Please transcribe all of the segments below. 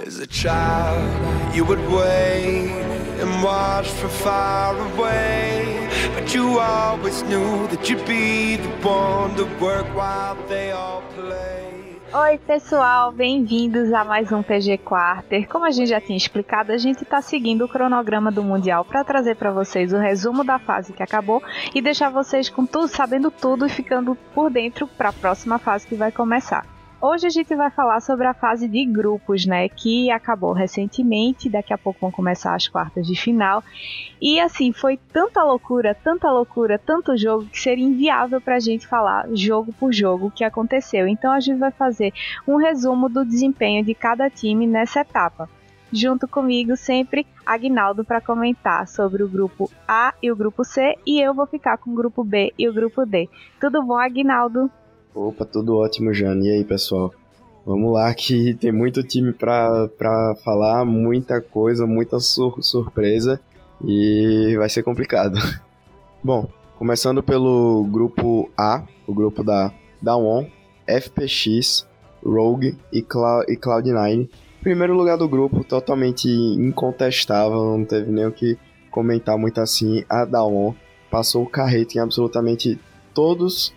As a child, you would wait and watch from far away, but you always knew that you'd be the one to work while they all play. Oi pessoal, bem-vindos a mais um PG Quarter. Como a gente já tinha explicado, a gente está seguindo o cronograma do Mundial para trazer para vocês o resumo da fase que acabou e deixar vocês com tudo, sabendo tudo e ficando por dentro para a próxima fase que vai começar. Hoje a gente vai falar sobre a fase de grupos, né, que acabou recentemente, daqui a pouco vão começar as quartas de final. E assim, foi tanta loucura, tanto jogo, que seria inviável pra gente falar jogo por jogo o que aconteceu. Então a gente vai fazer um resumo do desempenho de cada time nessa etapa. Junto comigo sempre, Aguinaldo, para comentar sobre o grupo A e o grupo C, e eu vou ficar com o grupo B e o grupo D. Tudo bom, Aguinaldo? Opa, tudo ótimo, Jane. E aí, pessoal? Vamos lá que tem muito time pra falar, muita coisa, muita surpresa e vai ser complicado. Bom, começando pelo grupo A, o grupo da Daon, FPX, Rogue e Cloud9. Primeiro lugar do grupo, totalmente incontestável, não teve nem o que comentar muito assim. A Daon passou o carreto em absolutamente todos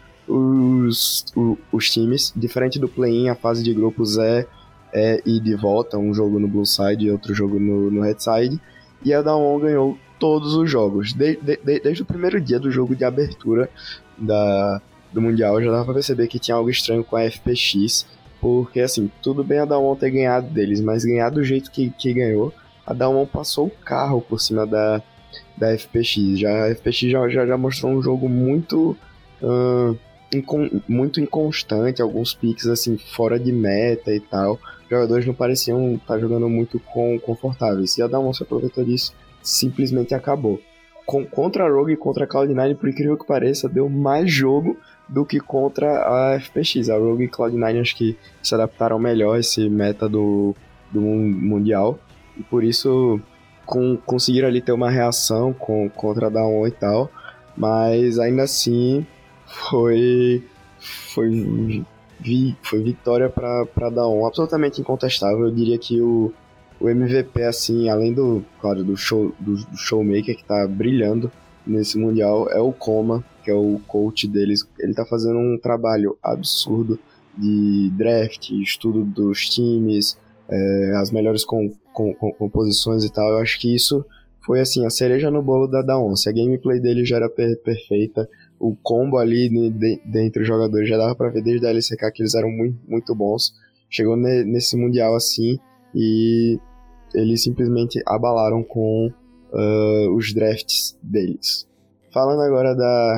os times, diferente do play-in, a fase de grupos é ir de volta, um jogo no Blue Side e outro jogo no Red Side, e a Daon ganhou todos os jogos, desde o primeiro dia do jogo de abertura do Mundial. Já dava pra perceber que tinha algo estranho com a FPX, porque assim, tudo bem a Daon ter ganhado deles, mas ganhar do jeito que ganhou, a Daon passou o carro por cima da FPX. A FPX já mostrou um jogo muito inconstante, alguns picks assim fora de meta e tal. Os jogadores não pareciam estar jogando muito confortáveis, e a Daon se aproveitou disso, simplesmente acabou. Contra a Rogue e contra a Cloud9, por incrível que pareça, deu mais jogo do que contra a FPX. A Rogue e Cloud9 acho que se adaptaram melhor a esse meta do Mundial, e por isso conseguiram ali ter uma reação contra a Daon e tal, mas ainda assim foi vitória para Daon, absolutamente incontestável. Eu diria que o MVP, assim, além do showmaker que tá brilhando nesse Mundial, é o Coma, que é o coach deles. Ele tá fazendo um trabalho absurdo de draft, estudo dos times, as melhores composições e tal. Eu acho que isso foi assim a cereja no bolo da Daon. Se a gameplay dele já era perfeita, o combo ali dentro dos jogadores já dava pra ver desde a LCK que eles eram muito, muito bons. Chegou nesse Mundial assim e eles simplesmente abalaram com os drafts deles. Falando agora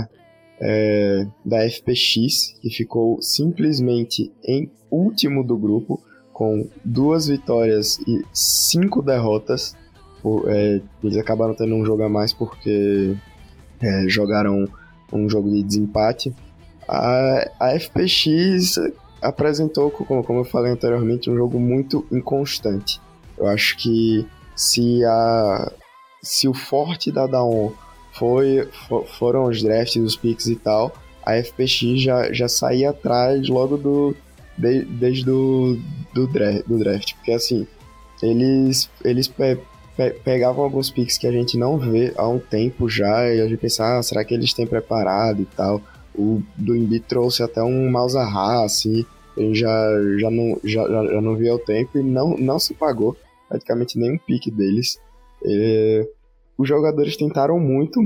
da FPX, que ficou simplesmente em último do grupo, com 2 vitórias e 5 derrotas. Eles acabaram tendo um jogo a mais porque jogaram um jogo de desempate. A FPX apresentou, como eu falei anteriormente, um jogo muito inconstante. Eu acho que se o forte da Daon foram os drafts, os picks e tal, a FPX já saía atrás logo desde do draft, porque assim, eles pegavam alguns picks que a gente não vê há um tempo já, e a gente pensa, será que eles têm preparado e tal. O do Embiid trouxe até um Malzahar, assim, ele já não via o tempo e não se pagou praticamente nenhum pick deles. Os jogadores tentaram muito,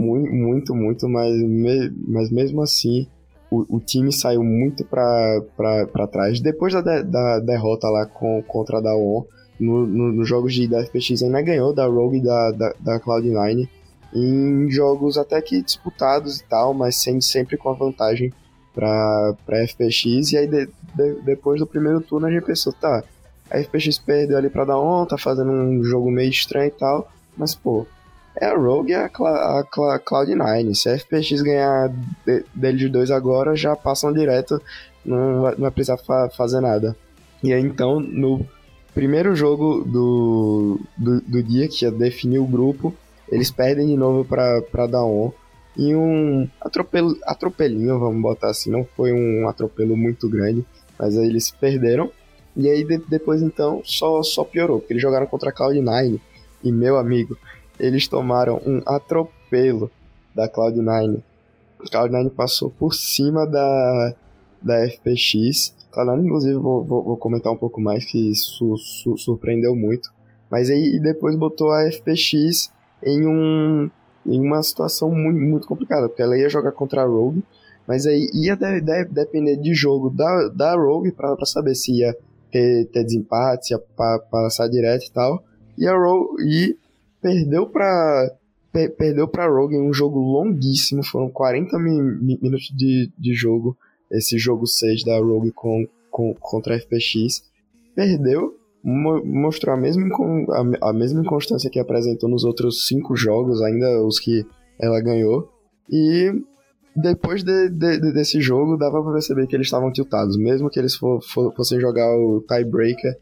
mas mesmo assim o time saiu muito pra trás. Depois da derrota lá contra a Daon, nos jogos da FPX ainda ganhou da Rogue e da Cloud9 em jogos até que disputados e tal, mas sempre com a vantagem pra FPX. E aí depois do primeiro turno a gente pensou, tá, a FPX perdeu ali pra Daon, tá fazendo um jogo meio estranho e tal, mas pô, é a Rogue e a Cloud9, se a FPX ganhar deles dois agora, já passam direto, não vai precisar fazer nada. E aí então, no primeiro jogo do dia, que ia definir o grupo, eles perdem de novo pra Daon, e um atropelinho, vamos botar assim, não foi um atropelo muito grande, mas aí eles perderam, E aí depois então só piorou, porque eles jogaram contra a Cloud9 e, meu amigo, eles tomaram um atropelo da Cloud9. A Cloud9 passou por cima da FPX. Cloud9, inclusive, vou comentar um pouco mais, que isso surpreendeu muito. Mas aí depois botou a FPX em uma situação muito, muito complicada, porque ela ia jogar contra a Rogue, mas aí ia depender de jogo da Rogue pra saber se ia ter desempate, se ia passar direto e tal. E a Rogue perdeu pra Rogue em um jogo longuíssimo, foram 40 minutos de jogo, esse jogo 6 da Rogue contra a FPX. Perdeu, mostrou a mesma inconstância que apresentou nos outros 5 jogos, ainda os que ela ganhou. E depois desse jogo, dava pra perceber que eles estavam tiltados. Mesmo que eles fossem jogar o tiebreaker,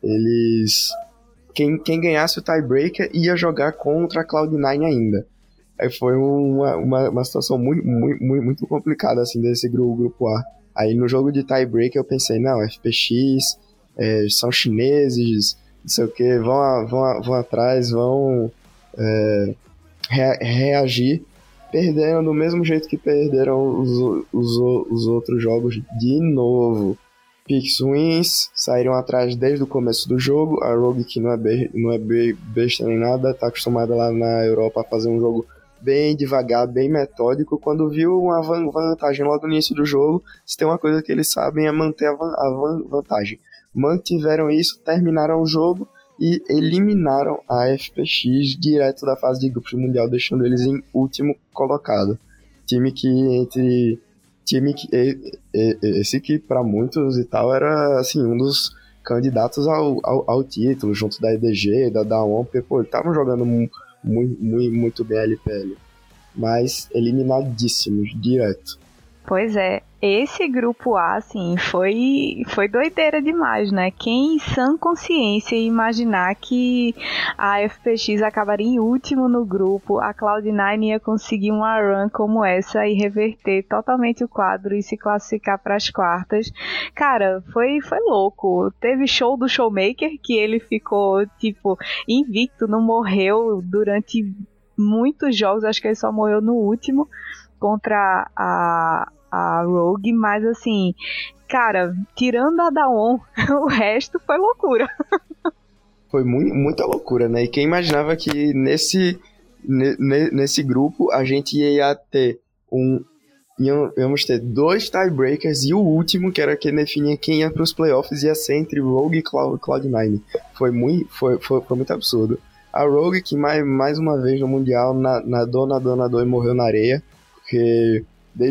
quem ganhasse o tiebreaker ia jogar contra a Cloud9 ainda. Aí foi uma situação muito, muito, muito complicada assim, desse grupo A. Aí no jogo de tiebreaker eu pensei, não, FPX, são chineses, não sei o que, vão atrás, vão reagir. Perderam do mesmo jeito que perderam os outros jogos de novo. Pix Wins saíram atrás desde o começo do jogo. A Rogue, que não é besta nem nada, tá acostumada lá na Europa a fazer um jogo bem devagar, bem metódico. Quando viu uma vantagem logo no início do jogo, se tem uma coisa que eles sabem é manter a vantagem. Mantiveram isso, terminaram o jogo e eliminaram a FPX direto da fase de grupos do Mundial, deixando eles em último colocado. Esse que para muitos e tal era assim, um dos candidatos ao título, junto da EDG, da Daon, porque eles estavam jogando muito bem a LPL, mas eliminadíssimos direto. Pois é, esse grupo A, assim, foi doideira demais, né? Quem em sã consciência ia imaginar que a FPX acabaria em último no grupo, a Cloud9 ia conseguir uma run como essa e reverter totalmente o quadro e se classificar para as quartas. Cara, foi louco. Teve show do Showmaker, que ele ficou, tipo, invicto, não morreu durante muitos jogos, acho que ele só morreu no último, contra a Rogue, mas assim, cara, tirando a Daon, o resto foi loucura. Foi muita loucura, né? E quem imaginava que nesse grupo a gente ia ter íamos ter 2 tiebreakers e o último, que era quem definia quem ia para os playoffs, ia ser entre Rogue e Cloud9. Foi muito absurdo. A Rogue, que mais uma vez no Mundial nadou e morreu na areia, porque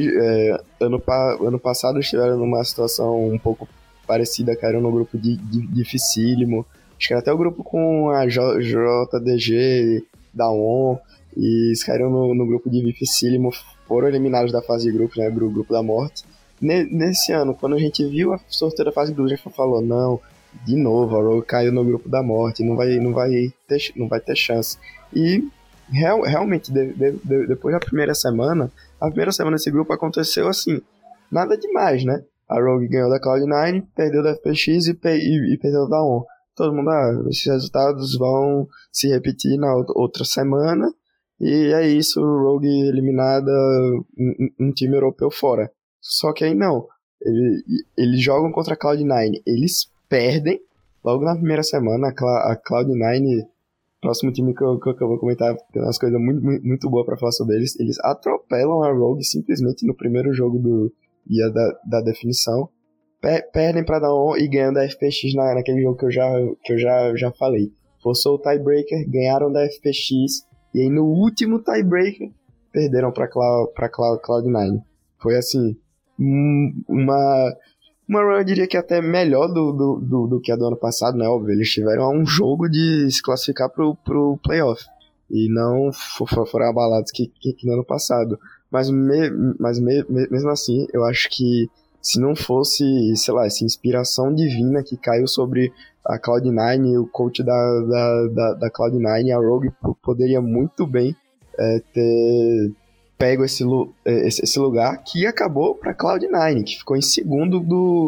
ano passado estiveram numa situação um pouco parecida, caíram no grupo dificílimo. Acho que era até o grupo com a JDG, Daon, e eles caíram no grupo dificílimo, foram eliminados da fase de grupos, né, grupo da morte. Nesse ano, quando a gente viu a sorteio da fase de grupos, a gente falou, não, de novo, a Rogue caiu no grupo da morte, não vai ter chance. E realmente, depois da primeira semana desse grupo aconteceu assim, nada demais, né? A Rogue ganhou da Cloud9, perdeu da FPX e perdeu da ON. Todo mundo, esses resultados vão se repetir na outra semana, e é isso, Rogue eliminada, um time europeu fora. Só que aí não, eles jogam contra a Cloud9, eles perdem logo na primeira semana. A Cloud9, próximo time que eu vou comentar, tem umas coisas muito boas pra falar sobre eles. Eles atropelam a Rogue simplesmente no primeiro jogo dia da definição. Perdem pra Daon e ganham da FPX naquele jogo que eu já falei. Forçou o tiebreaker, ganharam da FPX, e aí no último tiebreaker perderam pra Cloud9. Foi assim, uma run, eu diria que até melhor do que a do ano passado, né? Óbvio, eles tiveram a um jogo de se classificar pro playoff, e não foram abalados que no ano passado. Mas mesmo assim, eu acho que se não fosse, sei lá, essa inspiração divina que caiu sobre a Cloud9 e o coach da Cloud9, a Rogue poderia muito bem ter pego esse lugar, que acabou para Cloud9, que ficou em segundo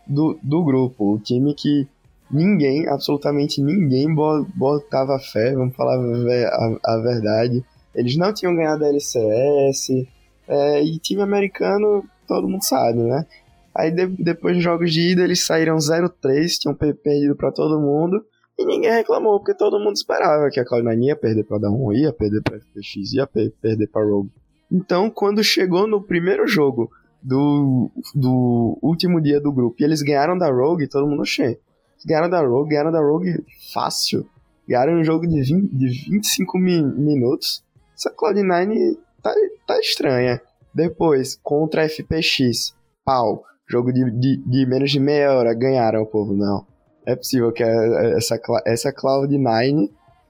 do grupo. O time que ninguém, absolutamente ninguém botava fé, vamos falar a verdade. Eles não tinham ganhado a LCS, e time americano, todo mundo sabe, né? Aí depois dos jogos de ida, eles saíram 0-3, tinham perdido pra todo mundo, e ninguém reclamou, porque todo mundo esperava que a Cloud9 ia perder pra Damwon, ia perder pra FPX, ia perder pra Rogue. Então, quando chegou no primeiro jogo do último dia do grupo, e eles ganharam da Rogue, todo mundo cheio. Ganharam da Rogue fácil. Ganharam um jogo de 25 minutos. Essa Cloud9 tá estranha. Depois, contra a FPX, pau. Jogo de menos de meia hora, ganharam o povo. Não, é possível que essa Cloud9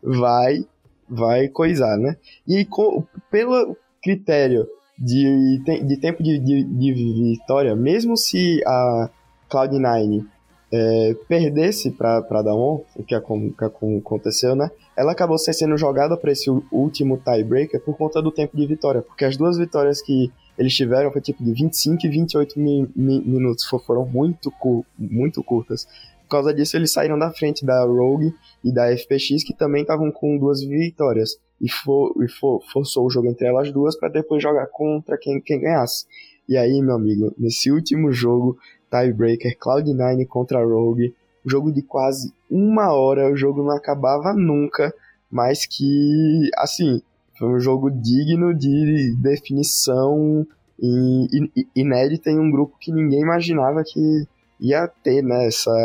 vai coisar, né? E pelo critério de tempo de vitória, mesmo se a Cloud9 perdesse pra Damwon, o que aconteceu, né? Ela acabou sendo jogada para esse último tiebreaker por conta do tempo de vitória, porque as duas vitórias que eles tiveram foi tipo de 25 e 28 minutos, foram muito curtas. Por causa disso, eles saíram da frente da Rogue e da FPX, que também estavam com duas vitórias, e forçou o jogo entre elas duas para depois jogar contra quem ganhasse. E aí, meu amigo, nesse último jogo, tiebreaker, Cloud9 contra Rogue, jogo de quase 1 hora, o jogo não acabava nunca, mas que, assim, foi um jogo digno de definição inédita em um grupo que ninguém imaginava que ia ter, né,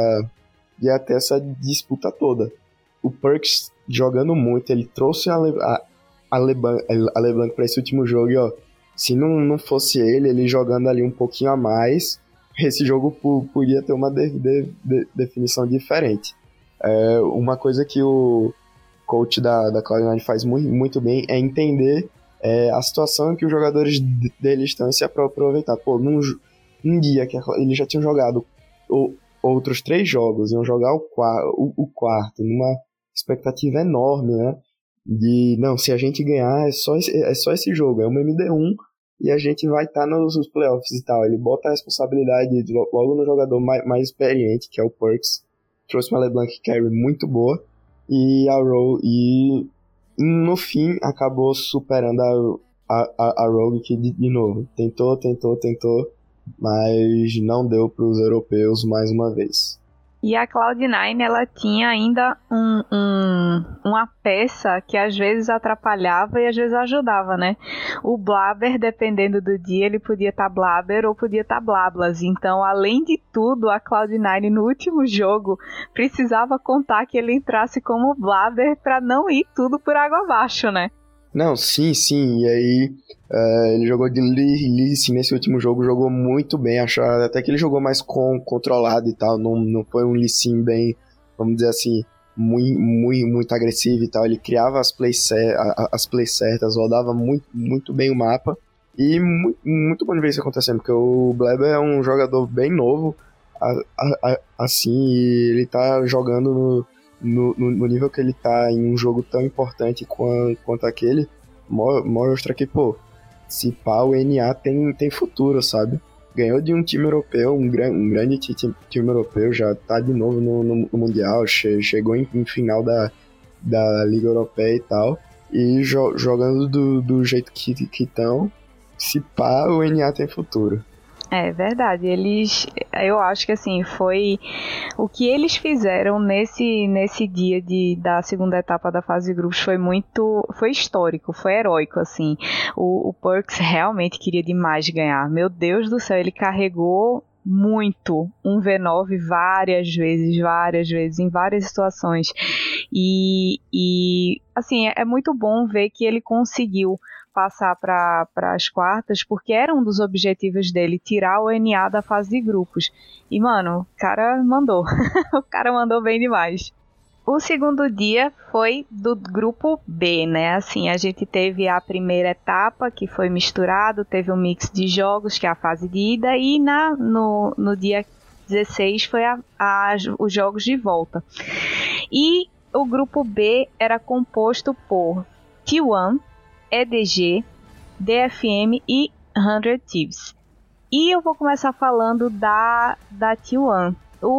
essa disputa toda. O Perkz jogando muito, ele trouxe a LeBlanc para esse último jogo, e ó, se não fosse ele jogando ali um pouquinho a mais, esse jogo podia ter uma definição diferente. Uma coisa que o coach da Cloud9 faz muito bem é entender a situação em que os jogadores dele estão e se aproveitar. Pô, num dia que eles já tinham jogado outros 3 jogos, iam jogar o quarto, numa expectativa enorme, né? Não, se a gente ganhar, é só esse jogo, é uma MD1, e a gente vai estar nos playoffs e tal. Ele bota a responsabilidade logo no jogador mais experiente, que é o Perkz. Trouxe uma LeBlanc Carry muito boa, e a Rogue, e no fim acabou superando a Rogue, que de novo tentou, mas não deu para os europeus mais uma vez. E a Cloud9, ela tinha ainda uma peça que às vezes atrapalhava e às vezes ajudava, né? O Blaber, dependendo do dia, ele podia estar Blaber ou podia estar Blablas. Então, além de tudo, a Cloud9 no último jogo precisava contar que ele entrasse como Blaber para não ir tudo por água abaixo, né? Não, sim, e aí ele jogou de Lee Sin nesse último jogo, jogou muito bem, acho até que ele jogou mais controlado e tal, não foi um Lee Sin bem, vamos dizer assim, muito agressivo e tal, ele criava as plays certas, rodava muito bem o mapa, e muito bom de ver isso acontecendo, porque o Blaber é um jogador bem novo, assim, e ele tá jogando no nível que ele tá em um jogo tão importante quanto aquele, mostra que, pô, se pá, o NA tem futuro, sabe? Ganhou de um time europeu, um grande time europeu, já tá de novo no Mundial, chegou em final da Liga Europeia e tal, e jogando do jeito que estão, se pá, o NA tem futuro. É verdade, eu acho que assim, foi o que eles fizeram nesse dia da segunda etapa da fase de grupos foi histórico, foi heróico, assim. O Perkz realmente queria demais ganhar, meu Deus do céu, ele carregou muito um V9 várias vezes, em várias situações, e assim, é muito bom ver que ele conseguiu passar para as quartas, porque era um dos objetivos dele, tirar o NA da fase de grupos. E, mano, o cara mandou. O cara mandou bem demais. O segundo dia foi do grupo B, né? Assim, a gente teve a primeira etapa, que foi misturado, teve um mix de jogos, que é a fase de ida, e no dia 16 foi os jogos de volta. E o grupo B era composto por T1, EDG, DFM e 100 Thieves. E eu vou começar falando da T1,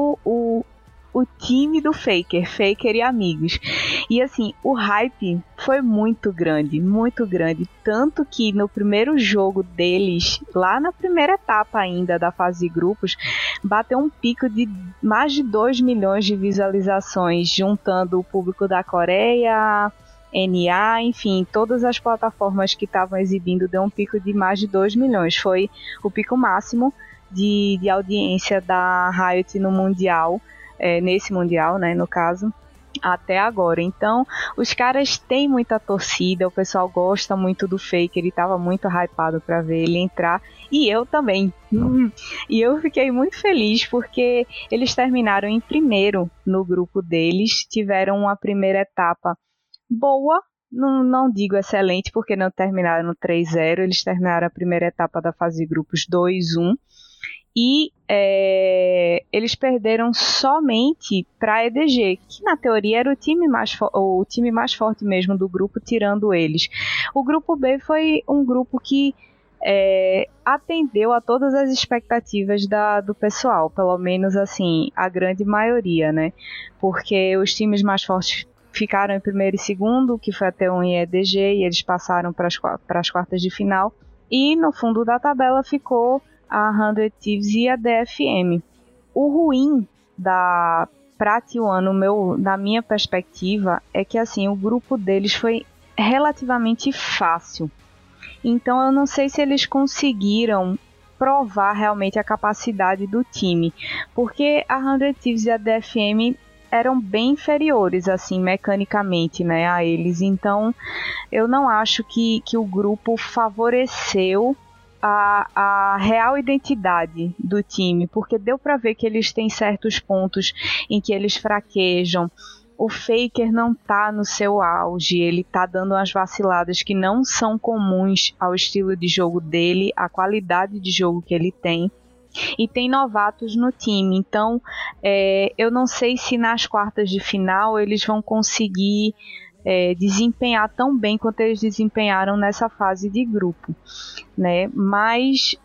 o time do Faker e amigos. E assim, o hype foi muito grande, tanto que no primeiro jogo deles, lá na primeira etapa ainda da fase de grupos, bateu um pico de mais de 2 milhões de visualizações, juntando o público da Coreia, NA, enfim, todas as plataformas que estavam exibindo, deu um pico de mais de 2 milhões. Foi o pico máximo de audiência da Riot no Mundial, nesse Mundial, né, no caso, até agora. Então, os caras têm muita torcida, o pessoal gosta muito do Faker, ele estava muito hypado para ver ele entrar, e eu também. E eu fiquei muito feliz porque eles terminaram em primeiro no grupo deles, tiveram uma primeira etapa boa, não digo excelente, porque não terminaram no 3-0, eles terminaram a primeira etapa da fase de grupos 2-1, e eles perderam somente para a EDG, que na teoria era o time mais forte mesmo do grupo, tirando eles. O grupo B foi um grupo que atendeu a todas as expectativas do pessoal, pelo menos assim, a grande maioria, né? Porque os times mais fortes ficaram em primeiro e segundo, que foi a T1 e a EDG, e eles passaram para as quartas de final. E no fundo da tabela ficou a 100 Thieves e a DFM. O ruim da T1, na minha perspectiva, é que assim, o grupo deles foi relativamente fácil. Então eu não sei se eles conseguiram provar realmente a capacidade do time, porque a 100 Thieves e a DFM eram bem inferiores, assim, mecanicamente, né, a eles. Então, eu não acho que o grupo favoreceu a real identidade do time, porque deu para ver que eles têm certos pontos em que eles fraquejam. O Faker não tá no seu auge, ele tá dando umas vaciladas que não são comuns ao estilo de jogo dele, à qualidade de jogo que ele tem. E tem novatos no time, então eu não sei se nas quartas de final eles vão conseguir desempenhar tão bem quanto eles desempenharam nessa fase de grupo, né? Mas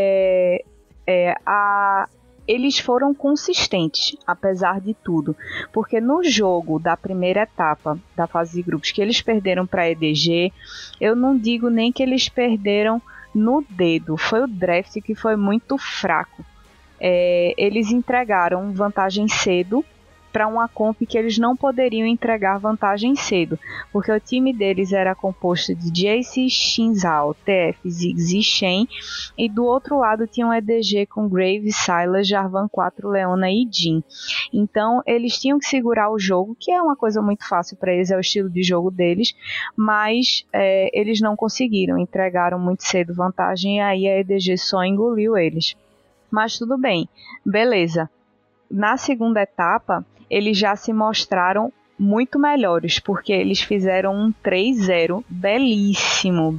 eles foram consistentes, apesar de tudo, porque no jogo da primeira etapa da fase de grupos que eles perderam para a EDG, eu não digo nem que eles perderam no dedo, foi o draft que foi muito fraco. Eles entregaram vantagem cedo para uma comp que eles não poderiam entregar vantagem cedo, porque o time deles era composto de Jace, Shinzao, TF, Ziggs e Shen, e do outro lado tinha um EDG com Graves, Sylas, Jarvan 4, Leona e Jhin. Então eles tinham que segurar o jogo, que é uma coisa muito fácil para eles, é o estilo de jogo deles, mas eles não conseguiram, entregaram muito cedo vantagem, e aí a EDG só engoliu eles. Mas tudo bem, beleza. Na segunda etapa, eles já se mostraram muito melhores, porque eles fizeram um 3-0 belíssimo.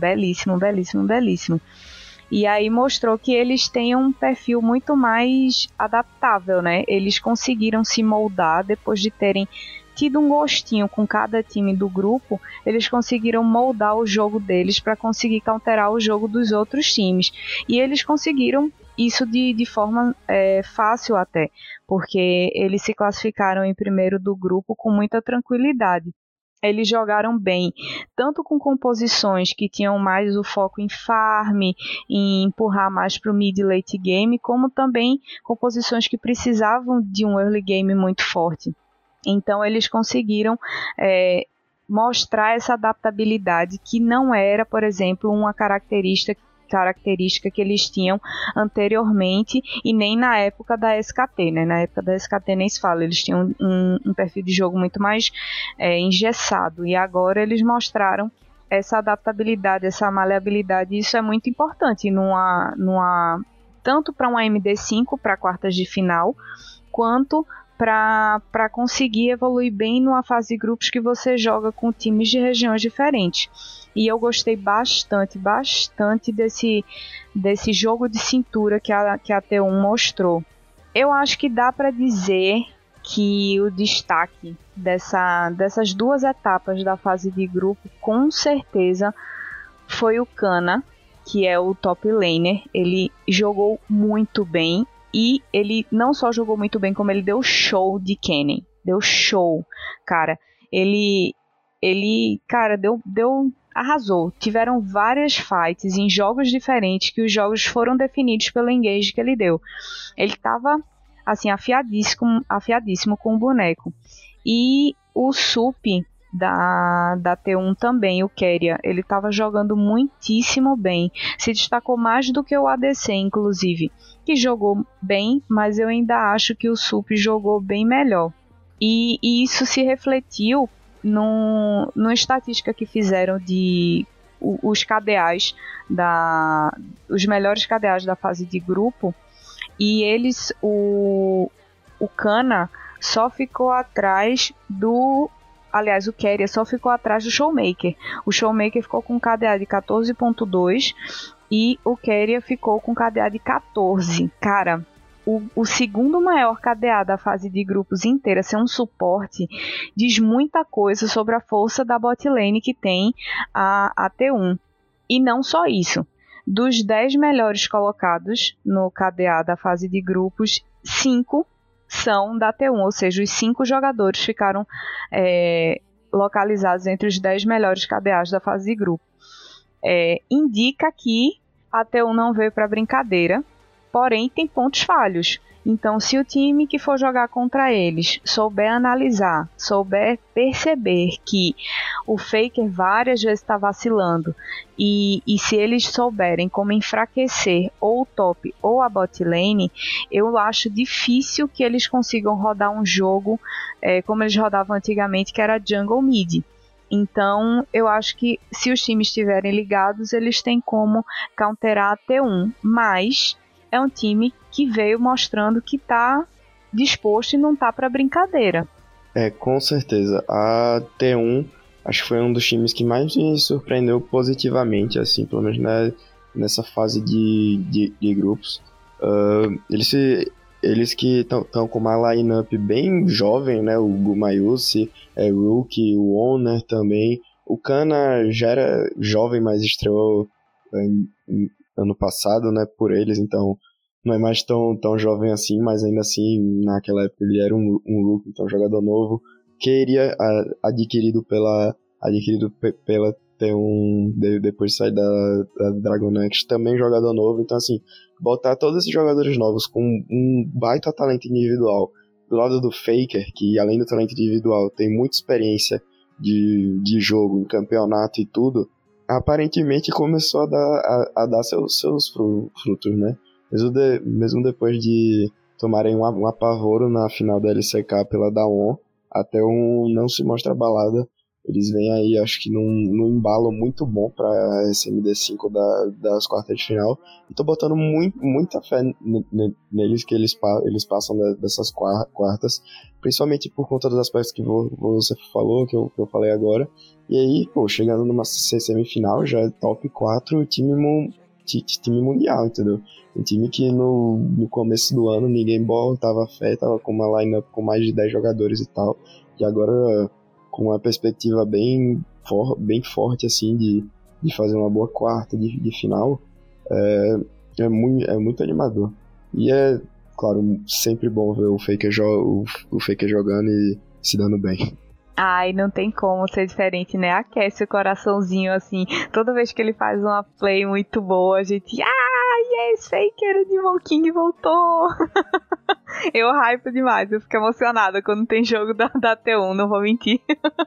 E aí mostrou que eles têm um perfil muito mais adaptável, né? Eles conseguiram se moldar depois de terem tido um gostinho com cada time do grupo, eles conseguiram moldar o jogo deles para conseguir counterar o jogo dos outros times. E eles conseguiram isso de forma fácil até, porque eles se classificaram em primeiro do grupo com muita tranquilidade. Eles jogaram bem, tanto com composições que tinham mais o foco em farm, em empurrar mais para o mid e late game, como também composições que precisavam de um early game muito forte. Então eles conseguiram mostrar essa adaptabilidade que não era, por exemplo, uma característica que eles tinham anteriormente e nem na época da SKT, né? Na época da SKT nem se fala, eles tinham um perfil de jogo muito mais engessado, e agora eles mostraram essa adaptabilidade, essa maleabilidade, e isso é muito importante tanto para uma MD5, para quartas de final, quanto para conseguir evoluir bem numa fase de grupos que você joga com times de regiões diferentes. E eu gostei bastante desse jogo de cintura que a T1 mostrou. Eu acho que dá para dizer que o destaque dessas duas etapas da fase de grupo, com certeza, foi o Kana, que é o top laner. Ele jogou muito bem, e ele não só jogou muito bem, como ele deu show de Kennen. Deu show, cara. Ele cara, arrasou. Tiveram várias fights em jogos diferentes, que os jogos foram definidos pelo engage que ele deu. Ele tava, assim, afiadíssimo com o boneco. E o Sup da T1 também, o Keria, ele tava jogando muitíssimo bem. Se destacou mais do que o ADC, inclusive, que jogou bem, mas eu ainda acho que o Sup jogou bem melhor. E isso se refletiu numa estatística que fizeram de os KDAs, os melhores KDAs da fase de grupo, e eles, o Kana só ficou atrás aliás, o Keria só ficou atrás do Showmaker. O Showmaker ficou com KDA de 14.2 e o Keria ficou com KDA de 14. Cara, o segundo maior KDA da fase de grupos inteira ser um suporte diz muita coisa sobre a força da bot lane que tem a T1. E não só isso. Dos 10 melhores colocados no KDA da fase de grupos, 5 são da T1, ou seja, os 5 jogadores ficaram localizados entre os 10 melhores KDAs da fase de grupo. Indica que a T1 não veio para brincadeira, porém tem pontos falhos. Então, se o time que for jogar contra eles souber analisar, souber perceber que o Faker várias vezes está vacilando, e se eles souberem como enfraquecer ou o top ou a bot lane, eu acho difícil que eles consigam rodar um jogo como eles rodavam antigamente, que era jungle mid. Então, eu acho que se os times estiverem ligados, eles têm como counterar a T1, mas é um time que veio mostrando que está disposto e não está para brincadeira. Com certeza. A T1 acho que foi um dos times que mais me surpreendeu positivamente, assim, pelo menos nessa fase de grupos. Eles que estão com uma line-up bem jovem, né? O Gumayusi, Rookie, o Owner também. O Kana já era jovem, mas estreou ano passado, né, por eles, então não é mais tão jovem assim, mas ainda assim, naquela época ele era um rookie, então jogador novo, queria adquirido pela T1 depois de sair da Dragonex, também jogador novo, então assim, botar todos esses jogadores novos com um baita talento individual, do lado do Faker, que além do talento individual tem muita experiência de jogo, em campeonato e tudo, aparentemente começou a dar seus frutos, né? Mesmo depois de tomarem um apavoro na final da LCK pela Daon, até não se mostra abalada. Eles vêm aí, acho que num embalo muito bom para a SMD5 das quartas de final. E tô botando muita fé neles, que eles passam dessas quartas, principalmente por conta dos aspectos que você falou, que eu falei agora. E aí, chegando numa semifinal, já é top 4 time mundial, entendeu? Um time que no começo do ano ninguém botava fé, tava com uma lineup com mais de 10 jogadores e tal. E agora, com uma perspectiva bem forte, assim, de fazer uma boa quarta de final, é muito animador. E é, claro, sempre bom ver o Faker jogando e se dando bem. Ai, não tem como ser diferente, né? Aquece o coraçãozinho, assim. Toda vez que ele faz uma play muito boa, a gente... yes, Faker, o Demon King voltou! Eu hype demais, eu fico emocionada quando tem jogo da T1, não vou mentir.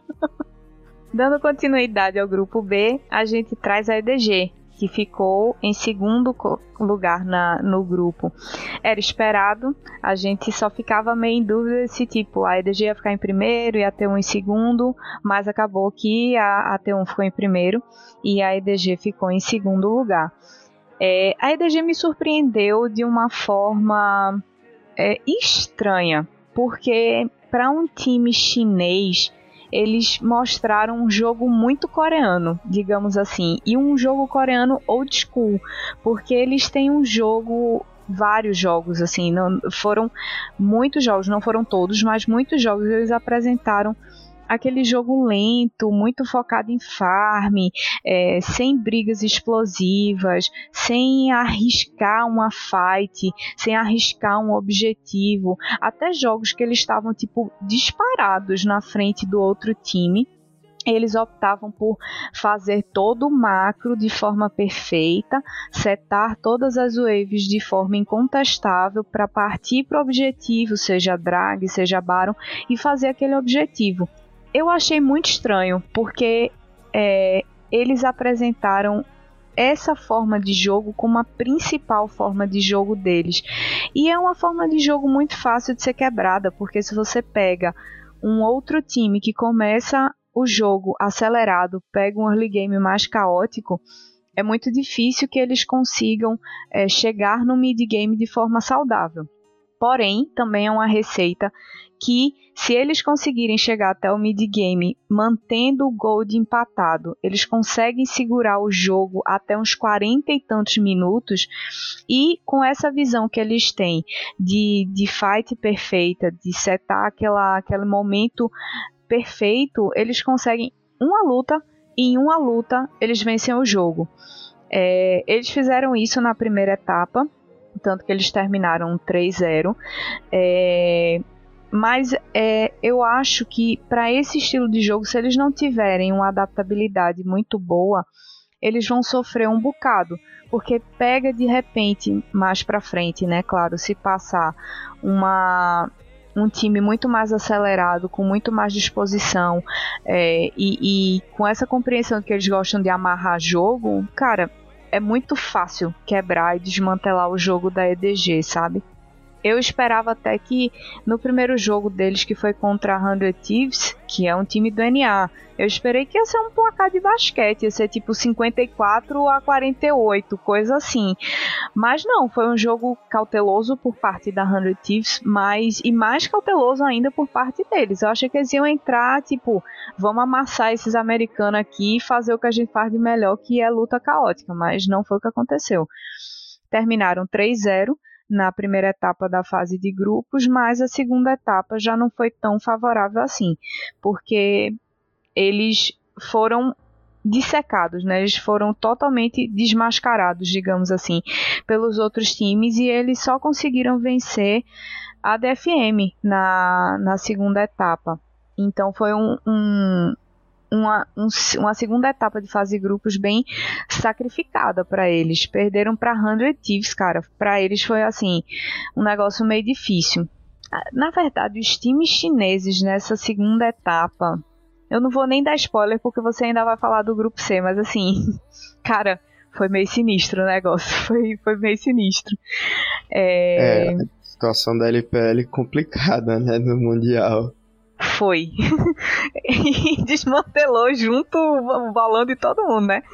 Dando continuidade ao grupo B, a gente traz a EDG, que ficou em segundo lugar no grupo. Era esperado, a gente só ficava meio em dúvida se a EDG ia ficar em primeiro e a T1 em segundo, mas acabou que a T1 ficou em primeiro e a EDG ficou em segundo lugar. A EDG me surpreendeu de uma forma estranha, porque para um time chinês eles mostraram um jogo muito coreano, digamos assim, e um jogo coreano old school, porque eles têm vários jogos, assim, não foram muitos jogos, não foram todos, mas muitos jogos eles apresentaram aquele jogo lento, muito focado em farm, sem brigas explosivas, sem arriscar uma fight, sem arriscar um objetivo, até jogos que eles estavam tipo disparados na frente do outro time. Eles optavam por fazer todo o macro de forma perfeita, setar todas as waves de forma incontestável para partir para o objetivo, seja drag, seja baron, e fazer aquele objetivo. Eu achei muito estranho, porque eles apresentaram essa forma de jogo como a principal forma de jogo deles. E é uma forma de jogo muito fácil de ser quebrada, porque se você pega um outro time que começa o jogo acelerado, pega um early game mais caótico, é muito difícil que eles consigam chegar no mid game de forma saudável. Porém, também é uma receita que, se eles conseguirem chegar até o mid game mantendo o gold empatado, eles conseguem segurar o jogo até uns 40 e tantos minutos, e com essa visão que eles têm de fight perfeita, de setar aquele momento perfeito, eles conseguem uma luta, e em uma luta eles vencem o jogo. Eles fizeram isso na primeira etapa, tanto que eles terminaram 3-0, mas eu acho que para esse estilo de jogo, se eles não tiverem uma adaptabilidade muito boa, eles vão sofrer um bocado, porque pega de repente mais para frente, né? Claro, se passar um time muito mais acelerado, com muito mais disposição, e com essa compreensão que eles gostam de amarrar jogo, cara, é muito fácil quebrar e desmantelar o jogo da EDG, sabe? Eu esperava até que no primeiro jogo deles, que foi contra a 100 Thieves, que é um time do NA, eu esperei que ia ser um placar de basquete, ia ser tipo 54-48, coisa assim. Mas não, foi um jogo cauteloso por parte da 100 Thieves, e mais cauteloso ainda por parte deles. Eu achei que eles iam entrar, tipo, vamos amassar esses americanos aqui e fazer o que a gente faz de melhor, que é luta caótica, mas não foi o que aconteceu. Terminaram 3-0 na primeira etapa da fase de grupos, mas a segunda etapa já não foi tão favorável assim, porque eles foram dissecados, né? Eles foram totalmente desmascarados, digamos assim, pelos outros times, e eles só conseguiram vencer a DFM na segunda etapa. Então foi uma segunda etapa de fase de grupos bem sacrificada para eles. Perderam para 100 Thieves, cara. Para eles foi assim, um negócio meio difícil. Na verdade, os times chineses nessa segunda etapa, eu não vou nem dar spoiler porque você ainda vai falar do grupo C, mas assim, cara, foi meio sinistro o negócio. Foi meio sinistro. A situação da LPL complicada, né, no Mundial. Foi. E desmantelou junto o balão de todo mundo, né?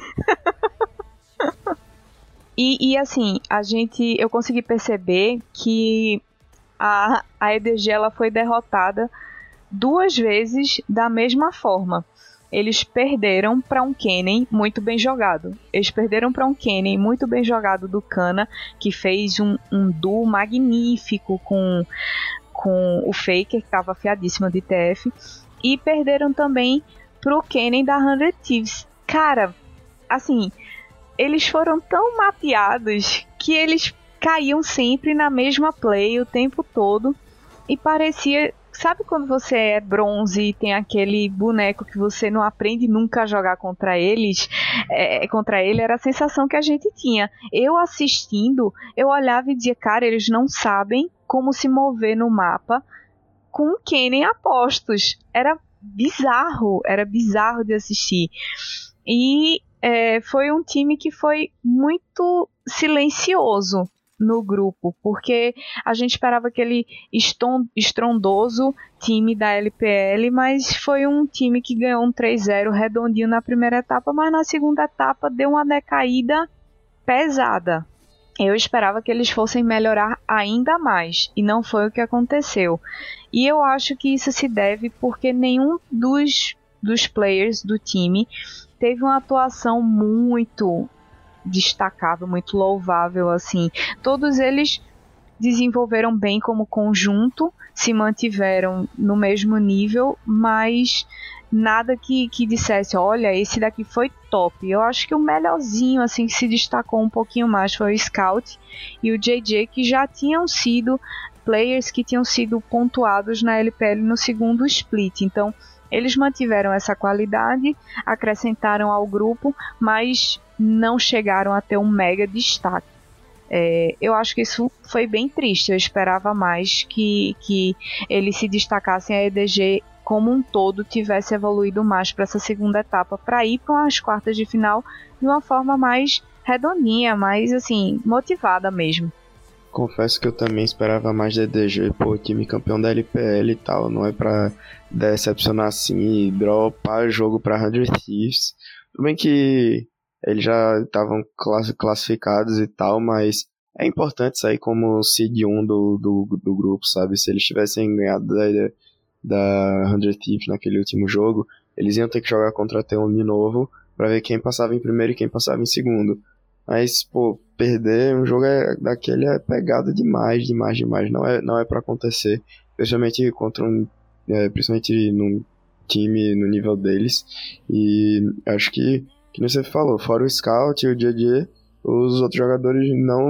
E assim, eu consegui perceber que a EDG ela foi derrotada 2 vezes da mesma forma. Eles perderam para um Kennen muito bem jogado. Eles perderam para um Kennen muito bem jogado do Kana, que fez um duo magnífico com o Faker, que estava afiadíssimo de TF, e perderam também pro Kennen da 100 Thieves. Cara, assim, eles foram tão mapeados que eles caíam sempre na mesma play o tempo todo, e parecia, sabe quando você é bronze e tem aquele boneco que você não aprende nunca a jogar contra eles? Contra ele era a sensação que a gente tinha. Eu assistindo, eu olhava e dizia, cara, eles não sabem como se mover no mapa com o Kennen a postos. Era bizarro de assistir. E foi um time que foi muito silencioso no grupo, porque a gente esperava aquele estrondoso time da LPL, mas foi um time que ganhou um 3-0 redondinho na primeira etapa, mas na segunda etapa deu uma decaída pesada. Eu esperava que eles fossem melhorar ainda mais, e não foi o que aconteceu. E eu acho que isso se deve porque nenhum dos players do time teve uma atuação muito destacável, muito louvável, assim. Todos eles desenvolveram bem como conjunto, se mantiveram no mesmo nível, mas nada que dissesse, olha, esse daqui foi top. Eu acho que o melhorzinho, assim, que se destacou um pouquinho mais foi o Scout e o JJ, que já tinham sido players que tinham sido pontuados na LPL no segundo split. Então, eles mantiveram essa qualidade, acrescentaram ao grupo, mas não chegaram a ter um mega destaque. Eu acho que isso foi bem triste. Eu esperava mais que eles se destacassem, a EDG como um todo tivesse evoluído mais para essa segunda etapa, para ir para as quartas de final de uma forma mais redondinha, mais assim, motivada mesmo. Confesso que eu também esperava mais da EDG, pô, time campeão da LPL e tal, não é pra decepcionar assim e dropar jogo pra 100 Thieves. Tudo bem que eles já estavam classificados e tal, mas é importante sair como seed 1 do grupo, sabe? Se eles tivessem ganhado da 100 Thieves naquele último jogo, eles iam ter que jogar contra a T1 de novo pra ver quem passava em primeiro e quem passava em segundo. Mas, pô, perder um jogo daquele é pegado demais. Não é pra acontecer, especialmente contra principalmente num time no nível deles. E acho que você falou, fora o Scout e o JJ, os outros jogadores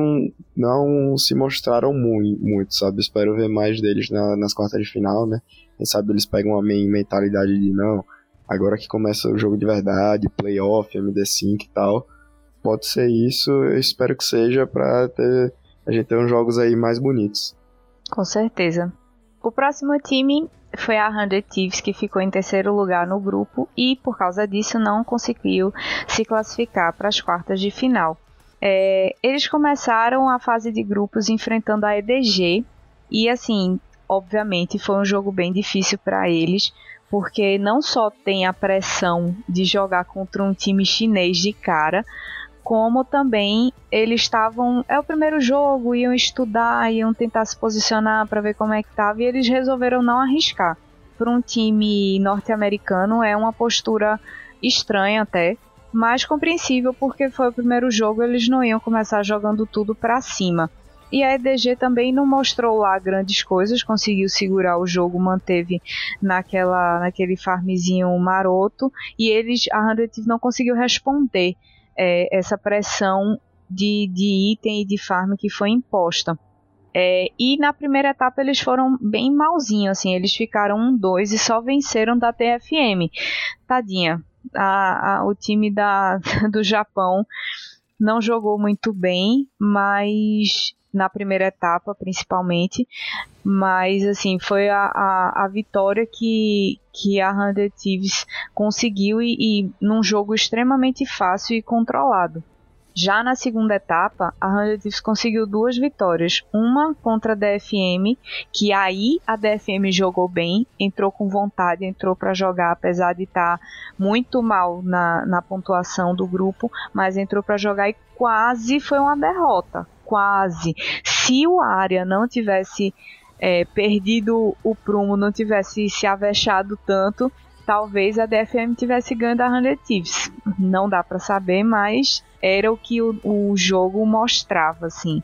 não se mostraram muito, sabe? Espero ver mais deles nas quartas de final, né? Quem sabe eles pegam uma mentalidade de não, agora que começa o jogo de verdade, playoff, MD5 e tal. Pode ser isso, eu espero que seja pra a gente ter uns jogos aí mais bonitos. Com certeza. O próximo time foi a 100 Thieves, que ficou em terceiro lugar no grupo e, por causa disso, não conseguiu se classificar para as quartas de final. Eles começaram a fase de grupos enfrentando a EDG e, assim, obviamente foi um jogo bem difícil para eles, porque não só tem a pressão de jogar contra um time chinês de cara, como também eles estavam, é o primeiro jogo, iam estudar, iam tentar se posicionar para ver como é que estava, e eles resolveram não arriscar. Para um time norte-americano é uma postura estranha até, mas compreensível, porque foi o primeiro jogo, eles não iam começar jogando tudo para cima. E a EDG também não mostrou lá grandes coisas, conseguiu segurar o jogo, manteve naquele farmzinho maroto, e a 100 Thieves não conseguiu responder essa pressão de item e de farm que foi imposta. E na primeira etapa eles foram bem malzinhos, assim, eles ficaram 1-2 e só venceram da TFM. Tadinha, o time do Japão não jogou muito bem, mas na primeira etapa principalmente, mas assim, foi a vitória que a 100 Thieves conseguiu e num jogo extremamente fácil e controlado. Já na segunda etapa, a 100 Thieves conseguiu 2 vitórias, uma contra a DFM, que aí a DFM jogou bem, entrou com vontade, entrou para jogar, apesar de estar muito mal na pontuação do grupo, mas entrou para jogar e quase foi uma derrota, quase. Se o Arya não tivesse perdido o prumo, não tivesse se avexado tanto, talvez a DFM tivesse ganho da 100 Thieves. Não dá para saber, mas era o que o jogo mostrava, assim.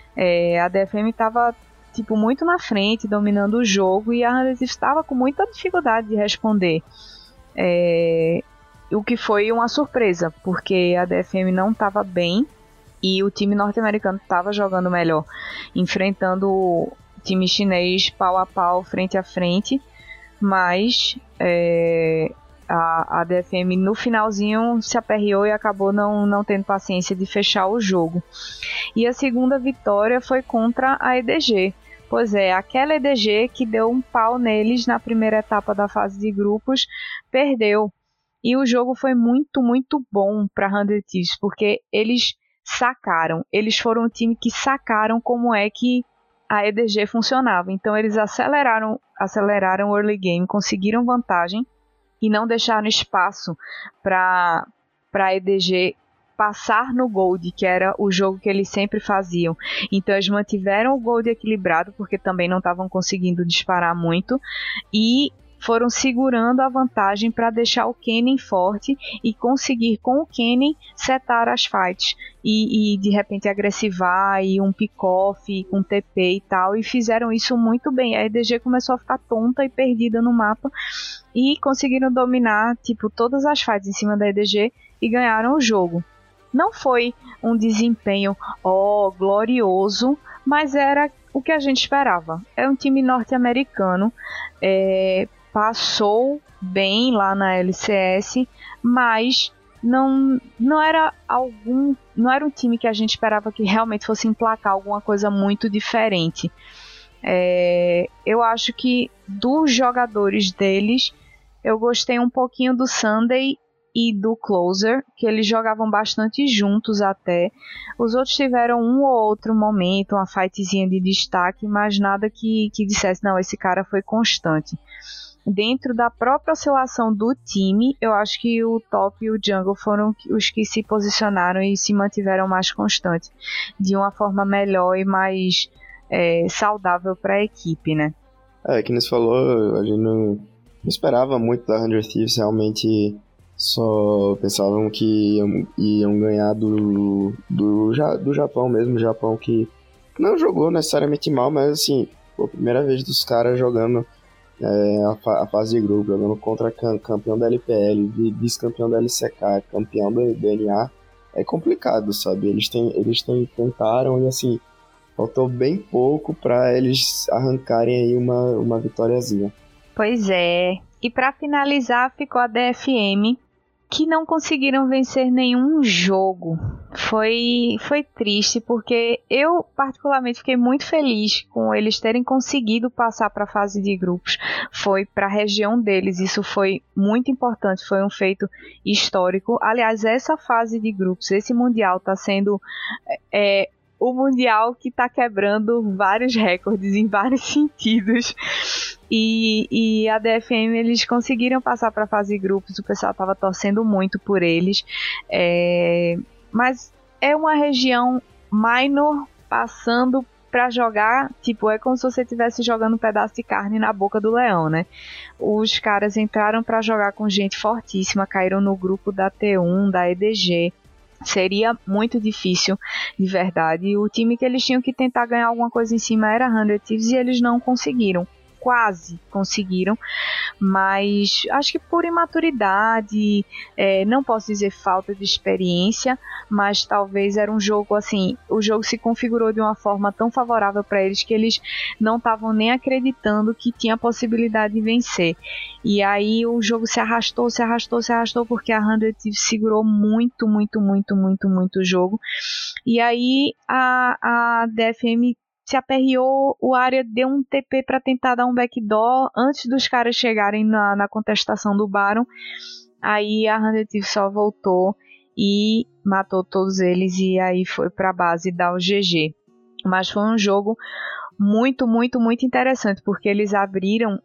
A DFM estava muito na frente, dominando o jogo, e a 100 Thieves estava com muita dificuldade de responder. O que foi uma surpresa, porque a DFM não estava bem e o time norte-americano estava jogando melhor, enfrentando o time chinês pau a pau, frente a frente, mas a DFM no finalzinho se aperreou e acabou não tendo paciência de fechar o jogo. E a segunda vitória foi contra a EDG. Pois aquela EDG que deu um pau neles na primeira etapa da fase de grupos, perdeu. E o jogo foi muito, muito bom para a 100 Thieves, porque eles foram o time que sacaram como é que a EDG funcionava. Então eles aceleraram o early game, conseguiram vantagem e não deixaram espaço para a EDG passar no Gold, que era o jogo que eles sempre faziam. Então eles mantiveram o Gold equilibrado, porque também não estavam conseguindo disparar muito, e foram segurando a vantagem para deixar o Kennen forte e conseguir com o Kennen setar as fights e de repente agressivar e um pick-off com TP e tal, e fizeram isso muito bem. A EDG começou a ficar tonta e perdida no mapa e conseguiram dominar tipo todas as fights em cima da EDG e ganharam o jogo. Não foi um desempenho glorioso, mas era o que a gente esperava. É um time norte-americano, passou bem lá na LCS, mas não era um time que a gente esperava que realmente fosse emplacar alguma coisa muito diferente. Eu acho que dos jogadores deles, eu gostei um pouquinho do Sunday e do Closer, que eles jogavam bastante juntos até. Os outros tiveram um ou outro momento, uma fightzinha de destaque, mas nada que dissesse, não, esse cara foi constante. Dentro da própria oscilação do time, eu acho que o top e o jungle foram os que se posicionaram e se mantiveram mais constantes, de uma forma melhor e mais saudável para a equipe, né? Que nem você falou, a gente não esperava muito da 100 Thieves, realmente só pensavam que iam ganhar do Japão mesmo, o Japão que não jogou necessariamente mal, mas assim, foi a primeira vez dos caras jogando a fase de grupo, jogando contra campeão da LPL, vice-campeão da LCK, campeão do NA, é complicado, sabe? Eles tentaram e assim, faltou bem pouco para eles arrancarem aí uma vitóriazinha. Pois é, e para finalizar ficou a DFM, que não conseguiram vencer nenhum jogo. Foi triste, porque eu particularmente fiquei muito feliz com eles terem conseguido passar para a fase de grupos. Foi para a região deles, isso foi muito importante, foi um feito histórico. Aliás, essa fase de grupos, esse Mundial está sendo o Mundial que está quebrando vários recordes em vários sentidos. E a DFM, eles conseguiram passar para a fase de grupos, o pessoal estava torcendo muito por eles, mas é uma região minor passando para jogar, tipo, é como se você estivesse jogando um pedaço de carne na boca do leão, né? Os caras entraram para jogar com gente fortíssima, caíram no grupo da T1, da EDG. Seria muito difícil, de verdade. O time que eles tinham que tentar ganhar alguma coisa em cima era a 100 Thieves e eles não conseguiram. Quase conseguiram, mas acho que por imaturidade, não posso dizer falta de experiência, mas talvez era um jogo assim, o jogo se configurou de uma forma tão favorável para eles que eles não estavam nem acreditando que tinha a possibilidade de vencer. E aí o jogo se arrastou porque a 100 Thieves segurou muito o jogo. E aí a DFM se aperreou, o Arya deu um TP para tentar dar um backdoor antes dos caras chegarem na contestação do Baron. Aí a 100 Thieves só voltou e matou todos eles e aí foi para a base dar o GG. Mas foi um jogo muito interessante, porque eles abriram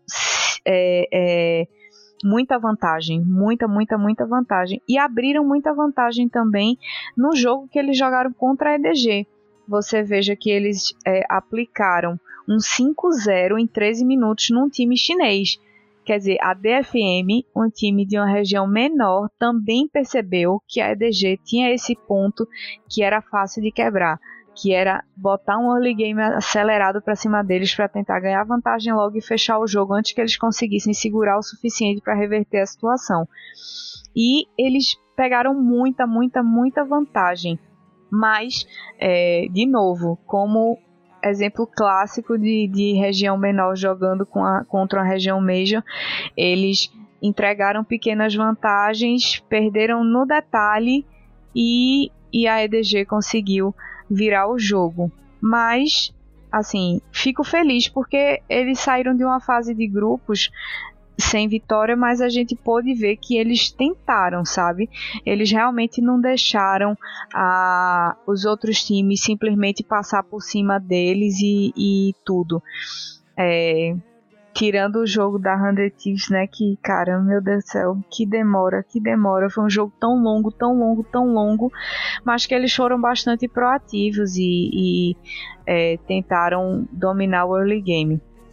muita vantagem, muita vantagem, e abriram muita vantagem também no jogo que eles jogaram contra a EDG. Você veja que eles aplicaram um 5-0 em 13 minutos num time chinês. Quer dizer, a DFM, um time de uma região menor, também percebeu que a EDG tinha esse ponto que era fácil de quebrar, que era botar um early game acelerado para cima deles para tentar ganhar vantagem logo e fechar o jogo antes que eles conseguissem segurar o suficiente para reverter a situação. E eles pegaram muita vantagem. Mas, de novo, como exemplo clássico de região menor jogando contra uma região major, eles entregaram pequenas vantagens, perderam no detalhe e a EDG conseguiu virar o jogo. Mas, assim, fico feliz porque eles saíram de uma fase de grupos sem vitória, mas a gente pôde ver que eles tentaram, sabe? Eles realmente não deixaram os outros times simplesmente passar por cima deles e tudo. Tirando o jogo da 100 Thieves, né? Que, cara, meu Deus do céu, que demora. Foi um jogo tão longo, mas que eles foram bastante proativos e tentaram dominar o early game.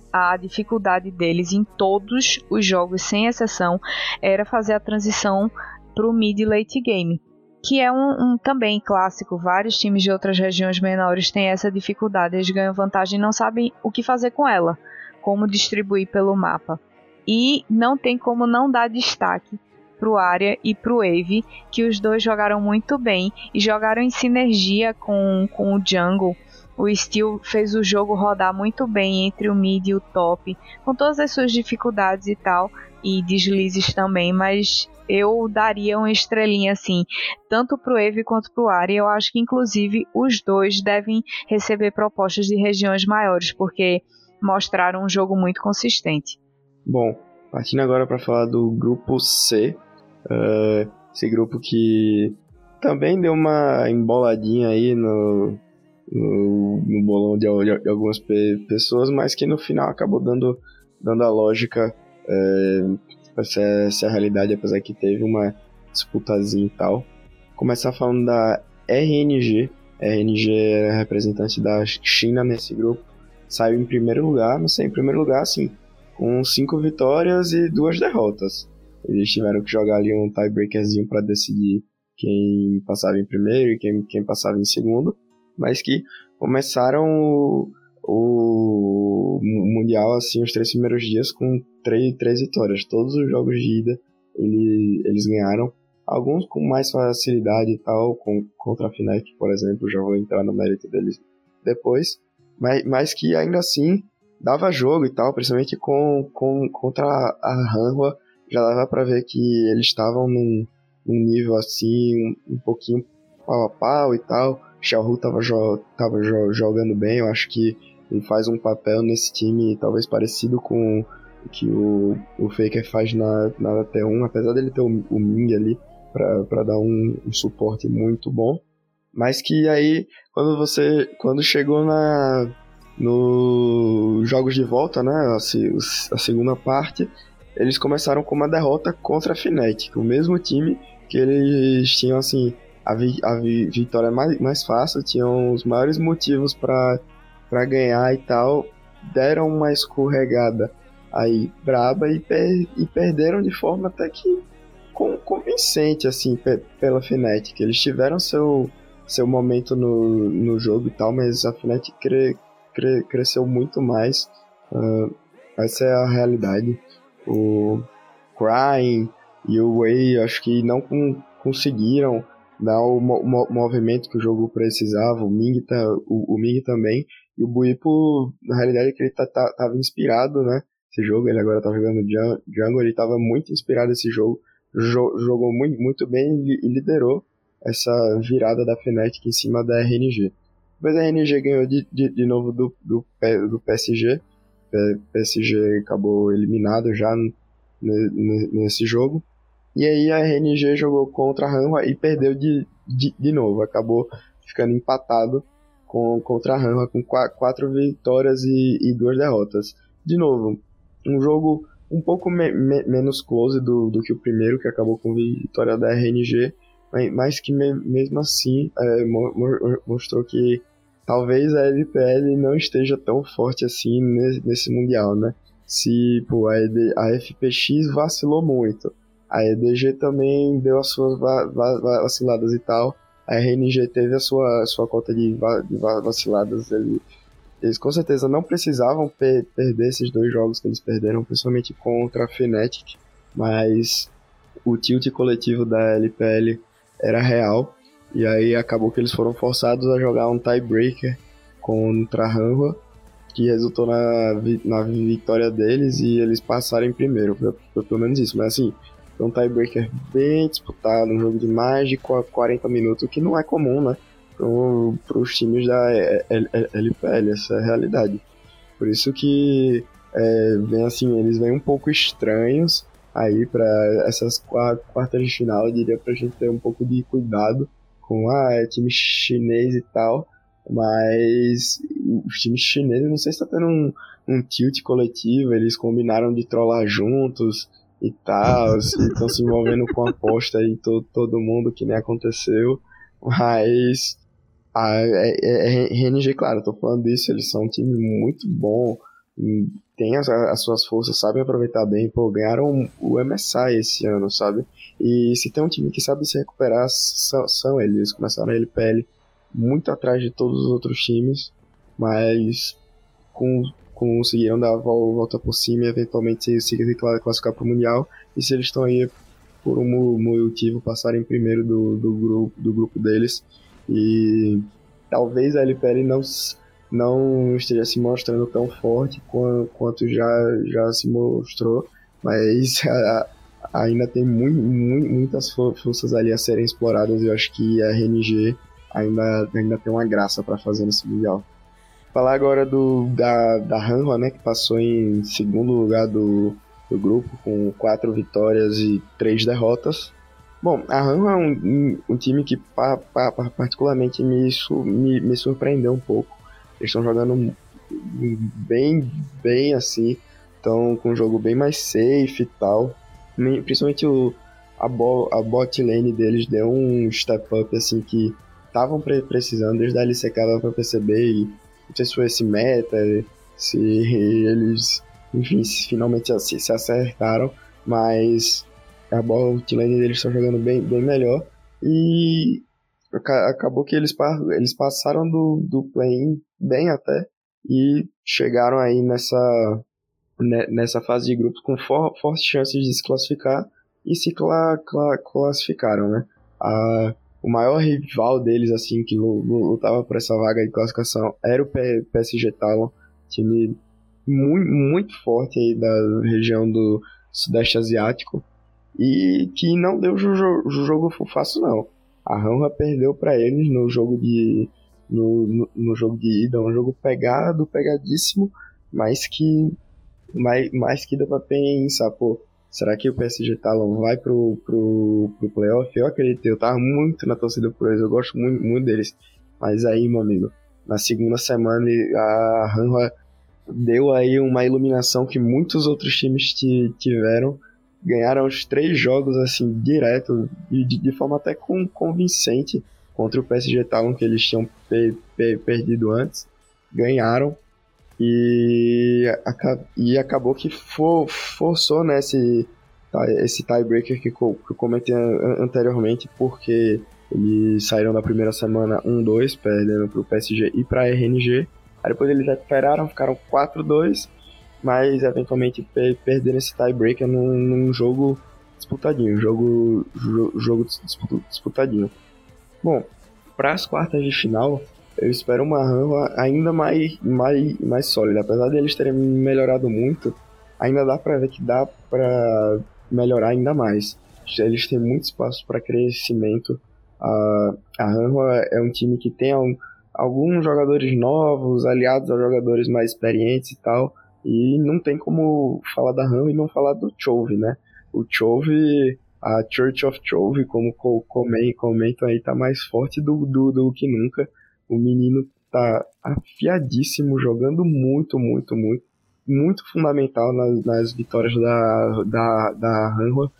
a dificuldade deles em todos os jogos, sem exceção, era fazer a transição para o mid late game, que é um também clássico. Vários times de outras regiões menores têm essa dificuldade, eles ganham vantagem e não sabem o que fazer com ela, como distribuir pelo mapa. E não tem como não dar destaque pro Arya e pro Wave, que os dois jogaram muito bem e jogaram em sinergia com o jungle. O Steel fez o jogo rodar muito bem entre o mid e o top, com todas as suas dificuldades e tal, e deslizes também, mas eu daria uma estrelinha assim, tanto pro Wave quanto pro Arya. Eu acho que inclusive os dois devem receber propostas de regiões maiores, porque mostraram um jogo muito consistente. Bom, partindo agora para falar do grupo C, esse grupo que também deu uma emboladinha aí no bolão de algumas pessoas, mas que no final acabou dando a lógica. Essa é a realidade, apesar que teve uma disputazinha e tal. Começar falando da RNG. A RNG é a representante da China nesse grupo. Saiu em primeiro lugar, não sei, em primeiro lugar, assim, com 5 vitórias e 2 derrotas. Eles tiveram que jogar ali um tiebreakerzinho para decidir quem passava em primeiro e quem passava em segundo, mas que começaram o Mundial, assim, os 3 primeiros dias com 3 vitórias. Todos os jogos de ida eles ganharam, alguns com mais facilidade e tal, contra a Fnatic, por exemplo. Já vou entrar no mérito deles depois, mas que ainda assim dava jogo e tal, principalmente contra a Hanwha. Já dava pra ver que eles estavam num nível assim, um pouquinho pau a pau e tal. Xiaohu tava jogando bem. Eu acho que ele faz um papel nesse time talvez parecido com o que o Faker faz na T1, apesar dele ter o Ming ali pra dar um suporte muito bom. Mas que aí, quando chegou nos jogos de volta, né, a segunda parte, eles começaram com uma derrota contra a Fnatic, o mesmo time que eles tinham, assim, a vitória mais fácil, tinham os maiores motivos para ganhar e tal, deram uma escorregada aí braba e perderam de forma até que convincente, assim, pela Fnatic. Eles tiveram seu momento no jogo e tal, mas a Fnatic cresceu muito mais. Essa é a realidade. O Crying e o Wei, acho que não conseguiram dar o movimento que o jogo precisava. O Ming também. E o Buipo, na realidade, é que ele tava inspirado, né? Esse jogo, ele agora tá jogando Jungle, ele tava muito inspirado nesse jogo. Jogou muito bem e liderou essa virada da Fnatic em cima da RNG. Depois a RNG ganhou de novo do PSG. O PSG acabou eliminado já nesse jogo. E aí a RNG jogou contra a Hanwha e perdeu de novo. Acabou ficando empatado contra a Hanwha com 4 vitórias e 2 derrotas. De novo, um jogo um pouco menos close do que o primeiro, que acabou com vitória da RNG, mas que mesmo assim mostrou que talvez a LPL não esteja tão forte assim nesse Mundial, né? Se a FPX vacilou muito, a EDG também deu as suas vaciladas e tal, a RNG teve a sua cota de vaciladas. Eles com certeza não precisavam perder esses 2 jogos que eles perderam, principalmente contra a Fnatic, mas o tilt coletivo da LPL era real, e aí acabou que eles foram forçados a jogar um tiebreaker contra a Hanwha, que resultou na vitória deles e eles passaram em primeiro. Foi pelo menos isso, mas assim, foi um tiebreaker bem disputado, um jogo de mais de 40 minutos, o que não é comum, né, para os times da LPL, essa é a realidade. Por isso que eles vêm um pouco estranhos aí para essas quartas de final. Eu diria pra gente ter um pouco de cuidado com time chinês e tal, mas os times chineses, não sei se tá tendo um tilt coletivo, eles combinaram de trollar juntos e tal, estão se envolvendo com aposta aí todo mundo, que nem aconteceu, mas a RNG, claro, eu tô falando disso, eles são um time muito bom tem as suas forças, sabem aproveitar bem. Pô, ganharam o MSI esse ano, sabe? E se tem um time que sabe se recuperar, são eles. Eles começaram a LPL muito atrás de todos os outros times, mas conseguiram dar a volta por cima e eventualmente se classificar para o Mundial. E se eles estão aí por um motivo, passarem primeiro do grupo deles. E talvez a LPL não esteja se mostrando tão forte quanto já se mostrou, mas ainda tem muitas forças ali a serem exploradas. Eu acho que a RNG ainda tem uma graça para fazer nesse Mundial. Falar agora da Hanwha, né, que passou em segundo lugar do grupo, com 4 vitórias e 3 derrotas. Bom, a Hanwha é um time que particularmente me surpreendeu um pouco. Eles estão jogando bem assim, estão com um jogo bem mais safe e tal. Principalmente a bot lane deles deu um step up assim que estavam precisando, desde a LCK dava pra perceber. E não sei se foi esse meta, se eles, enfim, finalmente se acertaram, mas a bot lane deles estão jogando bem melhor. E acabou que eles passaram do play-in bem até, e chegaram aí nessa fase de grupos com fortes chances de se classificar, e se classificaram, né? O maior rival deles, assim, que lutava por essa vaga de classificação era o PSG Talon, time muito forte aí da região do Sudeste Asiático, e que não deu jogo fácil, não. A Hanwha perdeu para eles no jogo de ida, um jogo pegadíssimo, mas que dá pra pensar, pô, será que o PSG Talon vai pro playoff? Eu acredito, eu tava muito na torcida por eles, eu gosto muito deles. Mas aí, meu amigo, na segunda semana a Hanwha deu aí uma iluminação que muitos outros times tiveram. Ganharam os 3 jogos assim, direto, de forma até convincente, contra o PSG Talon, que eles tinham perdido antes. Ganharam. E acabou que forçou, né, esse tiebreaker que eu comentei anteriormente, porque eles saíram da primeira semana 1-2, perdendo para o PSG e para a RNG. Aí depois eles recuperaram, ficaram 4-2, mas eventualmente perderam esse tiebreaker num jogo disputadinho, jogo disputadinho. Bom, para as quartas de final, eu espero uma Hanwha ainda mais sólida. Apesar de eles terem melhorado muito, ainda dá pra ver que dá pra melhorar ainda mais. Eles têm muito espaço para crescimento. A Hanwha é um time que tem alguns jogadores novos, aliados a jogadores mais experientes e tal. E não tem como falar da Hanwha e não falar do Chove, né? O Chove, a Church of Chove, como comentam aí, tá mais forte do que nunca. O menino tá afiadíssimo, jogando muito fundamental nas vitórias da Hanwha.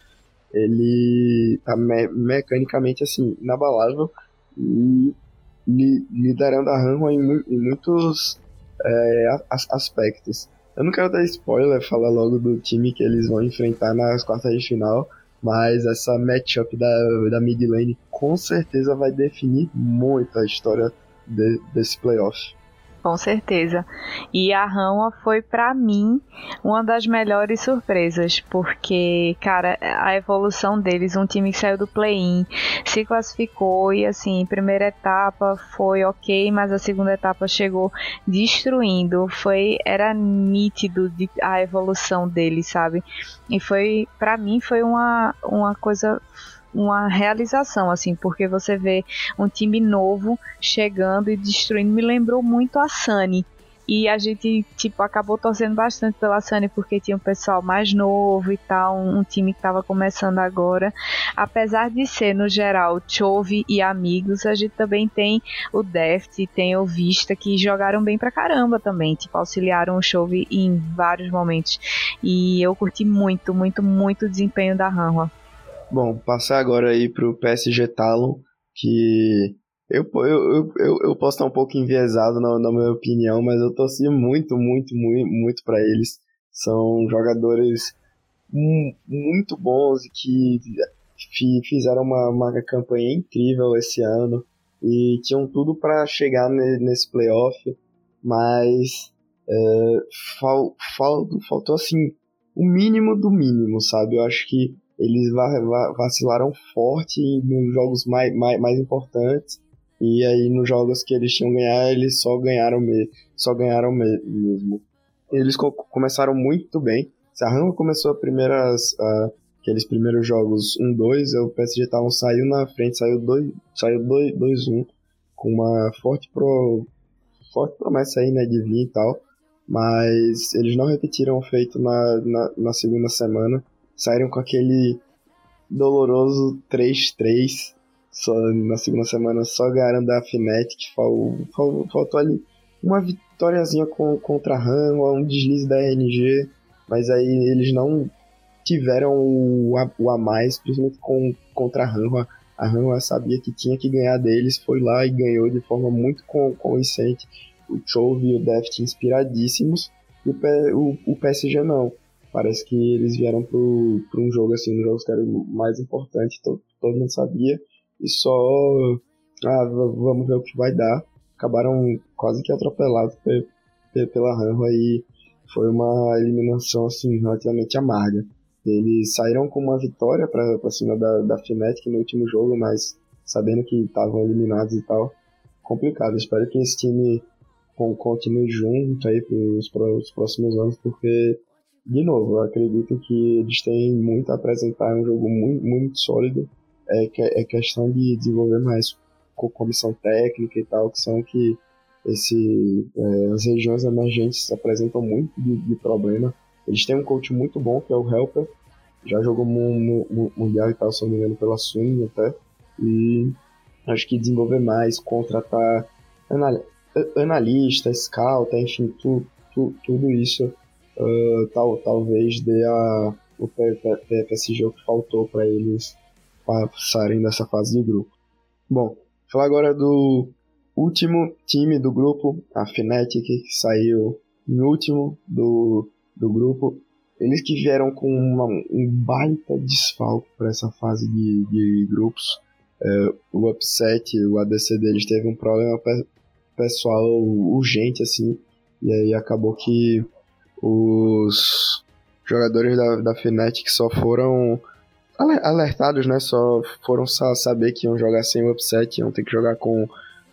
Ele tá mecanicamente assim, inabalável, e liderando a Hanwha em muitos aspectos. Eu não quero dar spoiler, falar logo do time que eles vão enfrentar nas quartas de final, mas essa matchup da mid lane com certeza vai definir muito a história desse playoff. Com certeza. E a Hanwha foi, pra mim, uma das melhores surpresas, porque, cara, a evolução deles, um time que saiu do play-in, se classificou e, assim, primeira etapa foi ok, mas a segunda etapa chegou destruindo. Era nítido a evolução deles, sabe? E foi, pra mim, foi uma coisa, uma realização, assim, porque você vê um time novo chegando e destruindo. Me lembrou muito a Sunny, e a gente, tipo, acabou torcendo bastante pela Sunny porque tinha um pessoal mais novo e tal, um time que estava começando agora. Apesar de ser, no geral, Chove e amigos, a gente também tem o Deft, tem o Vista, que jogaram bem pra caramba também, tipo, auxiliaram o Chove em vários momentos, e eu curti muito o desempenho da Hanwha. Bom, passar agora aí pro PSG Talon, que Eu posso estar um pouco enviesado na minha opinião, mas eu torci muito pra eles. São jogadores muito bons e que fizeram uma campanha incrível esse ano e tinham tudo para chegar nesse playoff, mas faltou assim o mínimo do mínimo, sabe? Eu acho que eles vacilaram forte nos jogos mais importantes, e aí nos jogos que eles tinham que ganhar, eles só ganharam mesmo. Eles começaram muito bem. Se a Rama começou aqueles primeiros jogos 1-2, o PSG saiu na frente, saiu 2-1, com uma forte promessa aí, né, de vir e tal, mas eles não repetiram o feito na segunda semana, saíram com aquele doloroso 3-3, só na segunda semana, só ganharam da Fnatic, faltou ali uma vitóriazinha contra a Rama, um deslize da RNG, mas aí eles não tiveram o a mais, principalmente contra a Hanwha. A Hanwha sabia que tinha que ganhar deles, foi lá e ganhou de forma muito convincente. O Chove e o Deft inspiradíssimos, e o PSG não. Parece que eles vieram para um jogo assim, um jogo que era o mais importante, todo mundo sabia, e só vamos ver o que vai dar. Acabaram quase que atropelados pela Hanwha e foi uma eliminação assim, relativamente amarga. Eles saíram com uma vitória pra cima da Fnatic no último jogo, mas sabendo que estavam eliminados e tal, complicado. Espero que esse time continue junto aí pros próximos anos, porque, de novo, eu acredito que eles têm muito a apresentar, um jogo muito sólido. É questão de desenvolver mais comissão técnica e tal, que são que as regiões emergentes apresentam muito de problema. Eles têm um coach muito bom, que é o Helper, já jogou mundial e tal, se não me engano, pela Suning até, e acho que desenvolver mais, contratar analista, scout, enfim, tudo isso talvez dê o PSG o que faltou para eles passarem dessa fase de grupo. Bom, falar agora do último time do grupo, a Fnatic, que saiu em último do grupo. Eles que vieram com um baita desfalque para essa fase de grupos. O upset, o ADC deles teve um problema pessoal urgente, assim, e aí acabou que os jogadores da Fnatic só foram alertados, né? Só foram saber que iam jogar sem o upset, iam ter que jogar com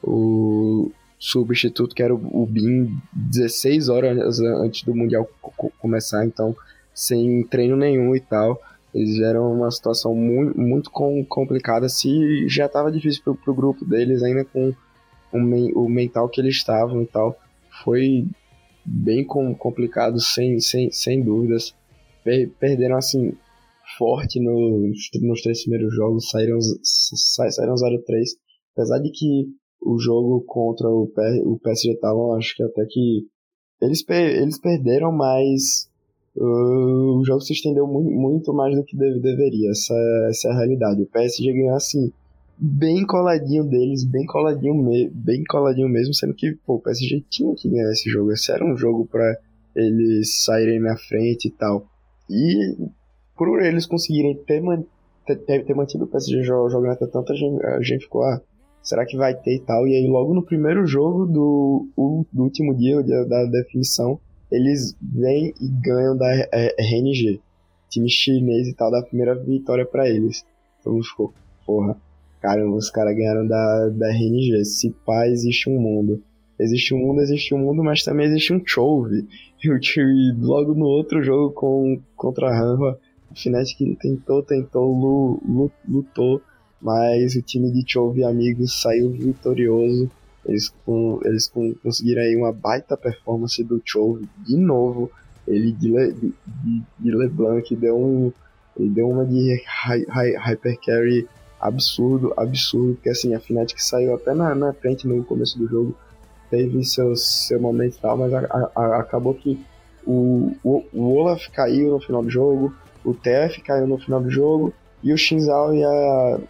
o substituto, que era o Bin, 16 horas antes do Mundial começar, então sem treino nenhum e tal. Eles vieram uma situação muito complicada. Se já estava difícil pro grupo deles, ainda com o mental que eles estavam e tal, foi bem complicado, sem dúvidas. Perderam assim forte nos 3 primeiros jogos, saíram 0-3, apesar de que o jogo contra o PSG estavam, acho que até que eles perderam, mas o jogo se estendeu muito mais do que deveria. Essa é a realidade. O PSG ganhou assim, bem coladinho deles, bem coladinho mesmo, sendo que o PSG tinha que ganhar esse jogo. Esse era um jogo para eles saírem na frente e tal. E por eles conseguirem ter mantido o PSG jogando até tanto, a gente ficou, será que vai ter e tal? E aí logo no primeiro jogo do último dia da definição, eles vêm e ganham da RNG, time chinês e tal, da primeira vitória pra eles. Então ficou, porra, caramba, os caras ganharam da RNG. Se pá, existe um mundo. Existe um mundo, mas também existe um Chove. E logo no outro jogo contra a Hanwha, o Fnatic tentou, lutou, mas o time de Chove e amigos saiu vitorioso. Eles conseguiram aí uma baita performance do Chove de novo. Ele de LeBlanc deu uma de hyper carry absurdo, porque assim, a Fnatic saiu até na frente no começo do jogo, teve seu momento e tal, mas acabou que o Olaf caiu no final do jogo, o TF caiu no final do jogo, e o Xin Zhao e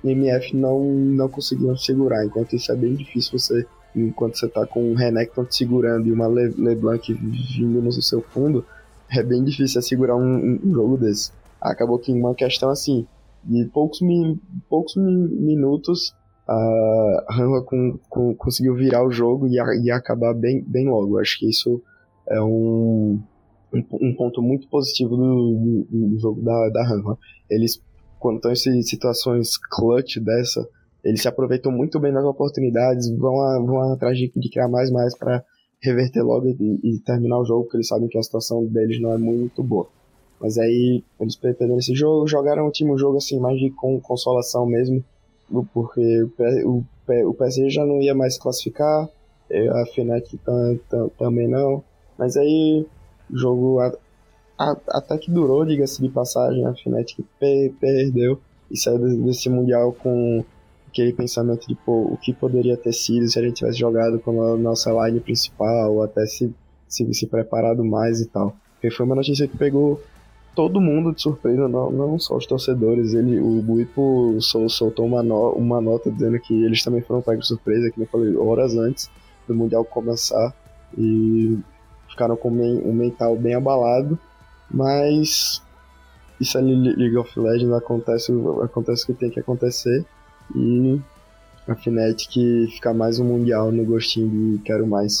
e MF não conseguiam segurar. Enquanto isso é bem difícil enquanto você tá com o Renekton te segurando e uma LeBlanc vindo no seu fundo, é bem difícil segurar um jogo desse. Acabou que uma questão assim, de poucos minutos, a Hanwha conseguiu virar o jogo e acabar bem logo. Acho que isso é um ponto muito positivo do jogo da Hanwha. Eles, quando estão em situações clutch dessa, eles se aproveitam muito bem das oportunidades, vão atrás de criar mais para reverter logo e terminar o jogo, porque eles sabem que a situação deles não é muito boa. Mas aí eles perderam esse jogo, jogaram o último jogo assim, mais de consolação mesmo, porque o PSG já não ia mais classificar, a Fnatic também não, mas aí o jogo até que durou, diga-se de passagem, a Fnatic perdeu e saiu desse Mundial com aquele pensamento de, o que poderia ter sido se a gente tivesse jogado com a nossa line principal, ou até se preparado mais e tal. Porque foi uma notícia que pegou todo mundo de surpresa, não só os torcedores. O Buipo soltou uma nota dizendo que eles também foram pegos de surpresa, que eu falei, horas antes do Mundial começar, e ficaram com um mental bem abalado, mas isso é League of Legends, acontece o que tem que acontecer, e a Fnatic fica mais um Mundial no gostinho de quero mais.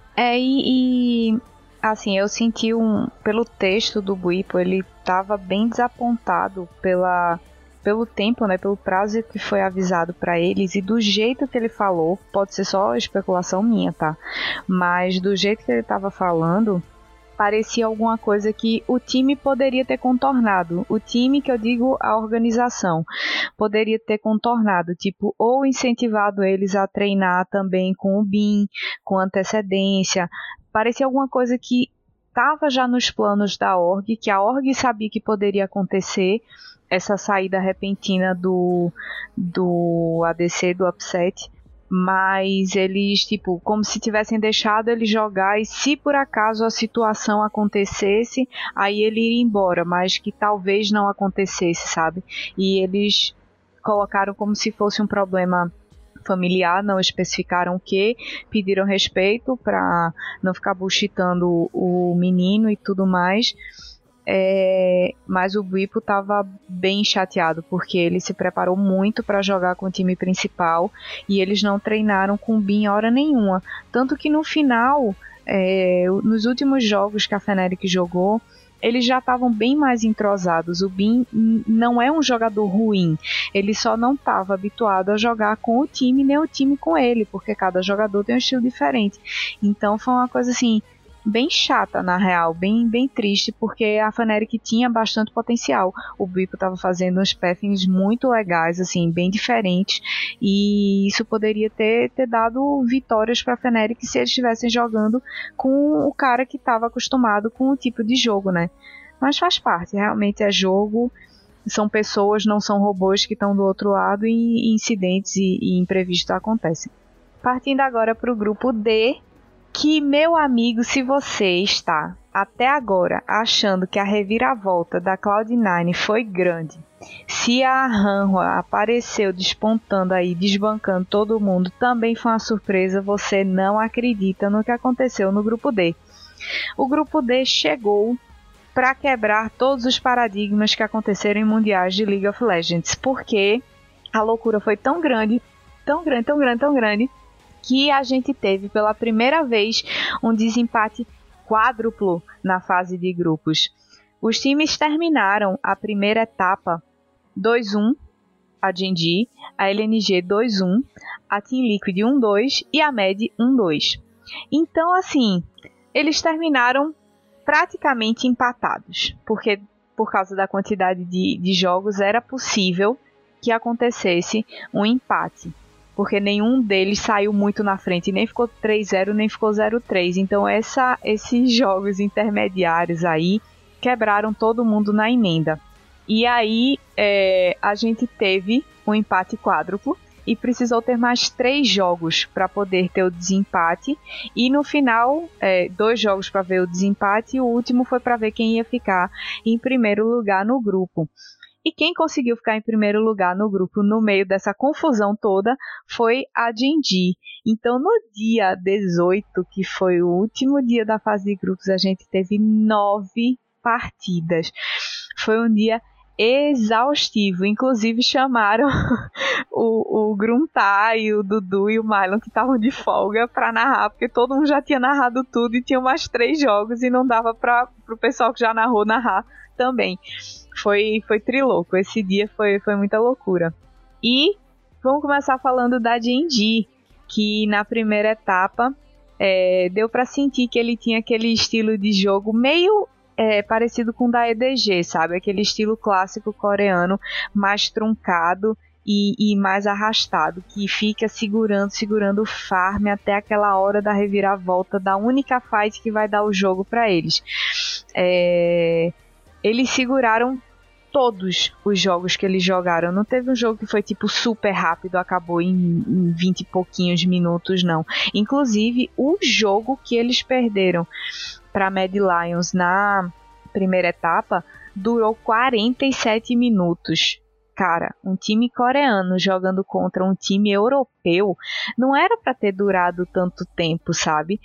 Assim, eu senti pelo texto do Buipo, ele estava bem desapontado pelo tempo, né, pelo prazo que foi avisado para eles, e do jeito que ele falou, pode ser só especulação minha, tá? Mas do jeito que ele estava falando, parecia alguma coisa que o time poderia ter contornado. O time, que eu digo, a organização, poderia ter contornado, tipo, ou incentivado eles a treinar também com o BIM, com antecedência. Parecia alguma coisa que estava já nos planos da org, que a org sabia que poderia acontecer, essa saída repentina do ADC, do Upset, mas eles, tipo, como se tivessem deixado ele jogar, e se por acaso a situação acontecesse, aí ele iria embora, mas que talvez não acontecesse, sabe? E eles colocaram como se fosse um problema familiar, não especificaram o que, pediram respeito para não ficar bullshitando o menino e tudo mais. Mas o Buipo estava bem chateado, porque ele se preparou muito para jogar com o time principal e eles não treinaram com o BIM hora nenhuma. Tanto que no final, nos últimos jogos que a Fnatic jogou, eles já estavam bem mais entrosados. O BIM não é um jogador ruim, ele só não estava habituado a jogar com o time, nem o time com ele, porque cada jogador tem um estilo diferente. Então foi uma coisa assim, bem chata, na real, bem triste, porque a Fnatic tinha bastante potencial. O Buipo estava fazendo uns pathings muito legais, assim, bem diferentes, e isso poderia ter dado vitórias para a Fnatic se eles estivessem jogando com o cara que estava acostumado com o tipo de jogo, né? Mas faz parte, realmente é jogo, são pessoas, não são robôs que estão do outro lado, e incidentes e imprevistos acontecem. Partindo agora para o grupo D, que, meu amigo, se você está até agora achando que a reviravolta da Cloud9 foi grande, se a Hanwha apareceu despontando aí, desbancando todo mundo, também foi uma surpresa, você não acredita no que aconteceu no grupo D. O grupo D chegou para quebrar todos os paradigmas que aconteceram em mundiais de League of Legends, porque a loucura foi tão grande, que a gente teve pela primeira vez um desempate quádruplo na fase de grupos. Os times terminaram a primeira etapa 2-1, a Gen.G, a LNG 2-1, a Team Liquid 1-2 e a MED 1-2. Então, assim, eles terminaram praticamente empatados, porque por causa da quantidade de jogos era possível que acontecesse um empate, porque nenhum deles saiu muito na frente, nem ficou 3-0, nem ficou 0-3. Então esses jogos intermediários aí quebraram todo mundo na emenda. E aí a gente teve um empate quádruplo e precisou ter mais 3 jogos para poder ter o desempate. E no final, 2 jogos para ver o desempate, e o último foi para ver quem ia ficar em primeiro lugar no grupo. E quem conseguiu ficar em primeiro lugar no grupo, no meio dessa confusão toda, foi a Gen.G. Então, no dia 18, que foi o último dia da fase de grupos, a gente teve 9 partidas. Foi um dia exaustivo. Inclusive, chamaram o Gruntar, o Dudu e o Mylon, que estavam de folga, para narrar, porque todo mundo já tinha narrado tudo e tinha mais 3 jogos e não dava para o pessoal que já narrou narrar também. Foi trilouco. Esse dia foi muita loucura. E vamos começar falando da Gen.G, que na primeira etapa deu para sentir que ele tinha aquele estilo de jogo meio parecido com o da EDG, sabe? Aquele estilo clássico coreano, mais truncado e mais arrastado, que fica segurando o farm até aquela hora da reviravolta, da única fight que vai dar o jogo para eles. Eles seguraram todos os jogos que eles jogaram. Não teve um jogo que foi tipo super rápido, acabou em 20 e pouquinhos minutos, não. Inclusive, o jogo que eles perderam para Mad Lions na primeira etapa durou 47 minutos. Cara, um time coreano jogando contra um time europeu não era para ter durado tanto tempo, sabe?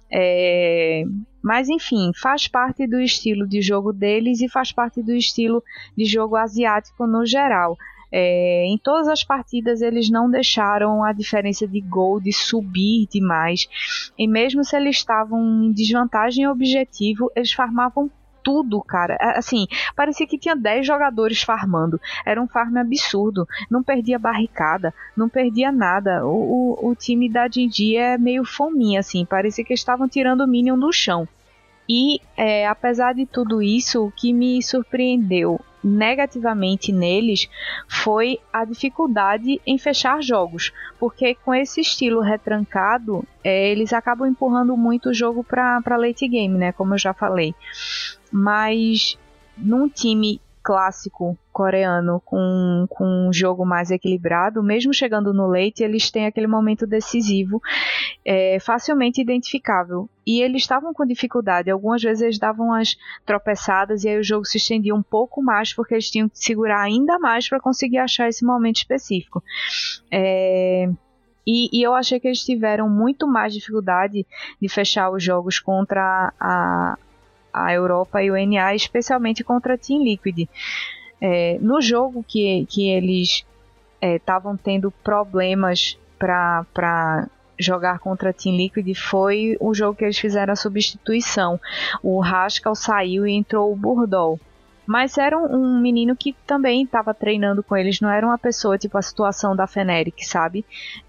Mas enfim, faz parte do estilo de jogo deles e faz parte do estilo de jogo asiático no geral. Em todas as partidas eles não deixaram a diferença de gold subir demais, e mesmo se eles estavam em desvantagem objetivo, eles farmavam tudo, cara. Assim, parecia que tinha 10 jogadores farmando. Era um farm absurdo. Não perdia barricada, não perdia nada. O time da Gen.G é meio fominha, assim. Parecia que estavam tirando o minion do chão. E, apesar de tudo isso, o que me surpreendeu negativamente neles foi a dificuldade em fechar jogos, porque com esse estilo retrancado, eles acabam empurrando muito o jogo para late game, né, como eu já falei. Mas num time clássico coreano com um jogo mais equilibrado, mesmo chegando no late, eles têm aquele momento decisivo facilmente identificável, e eles estavam com dificuldade. Algumas vezes eles davam as tropeçadas e aí o jogo se estendia um pouco mais, porque eles tinham que segurar ainda mais para conseguir achar esse momento específico. E eu achei que eles tiveram muito mais dificuldade de fechar os jogos contra a Europa e o NA, especialmente contra a Team Liquid. No jogo que eles estavam tendo problemas para jogar contra a Team Liquid, foi o jogo que eles fizeram a substituição. O Haskell saiu e entrou o Burdol. Mas era um menino que também estava treinando com eles, não era uma pessoa tipo a situação da Fnatic, sabe?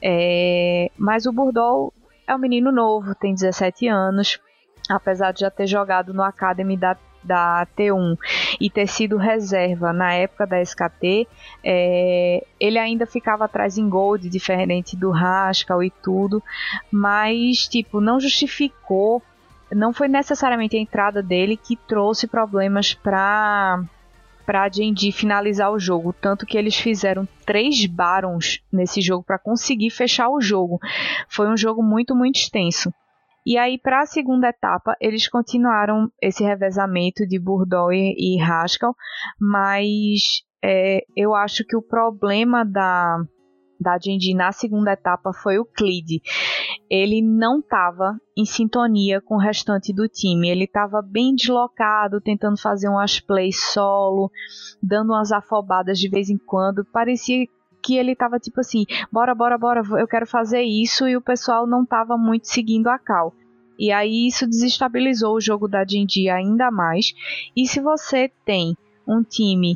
Mas o Burdol é um menino novo, tem 17 anos, apesar de já ter jogado no Academy da T1 e ter sido reserva na época da SKT, ele ainda ficava atrás em Gold, diferente do Haskell e tudo, mas tipo, não justificou, não foi necessariamente a entrada dele que trouxe problemas para a Gen.G finalizar o jogo, tanto que eles fizeram 3 Barons nesse jogo para conseguir fechar o jogo. Foi um jogo muito, muito extenso. E aí, para a segunda etapa, eles continuaram esse revezamento de Burdol e Haskell, mas eu acho que o problema da Gen.G na segunda etapa foi o Clid. Ele não estava em sintonia com o restante do time, ele estava bem deslocado, tentando fazer umas plays solo, dando umas afobadas de vez em quando. Parecia que ele tava tipo assim, bora, eu quero fazer isso, e o pessoal não tava muito seguindo a cal. E aí isso desestabilizou o jogo da Gen.G ainda mais. E se você tem um time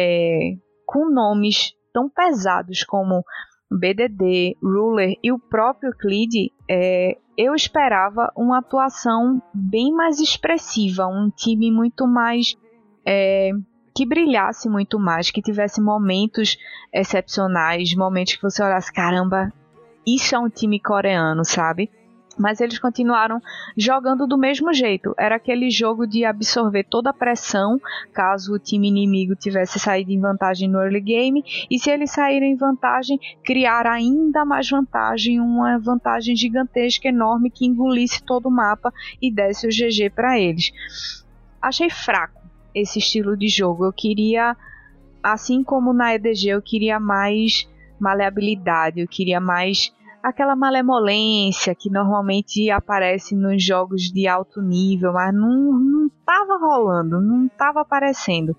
com nomes tão pesados como BDD, Ruler e o próprio Clid, eu esperava uma atuação bem mais expressiva, um time muito mais que brilhasse muito mais, que tivesse momentos excepcionais, momentos que você olhasse, caramba, isso é um time coreano, sabe? Mas eles continuaram jogando do mesmo jeito. Era aquele jogo de absorver toda a pressão, caso o time inimigo tivesse saído em vantagem no early game, e se eles saírem em vantagem, criar ainda mais vantagem, uma vantagem gigantesca, enorme, que engolisse todo o mapa e desse o GG para eles. Achei fraco esse estilo de jogo. Eu queria assim como na EDG, eu queria mais maleabilidade, eu queria mais aquela malemolência que normalmente aparece nos jogos de alto nível, mas não tava rolando, não tava aparecendo.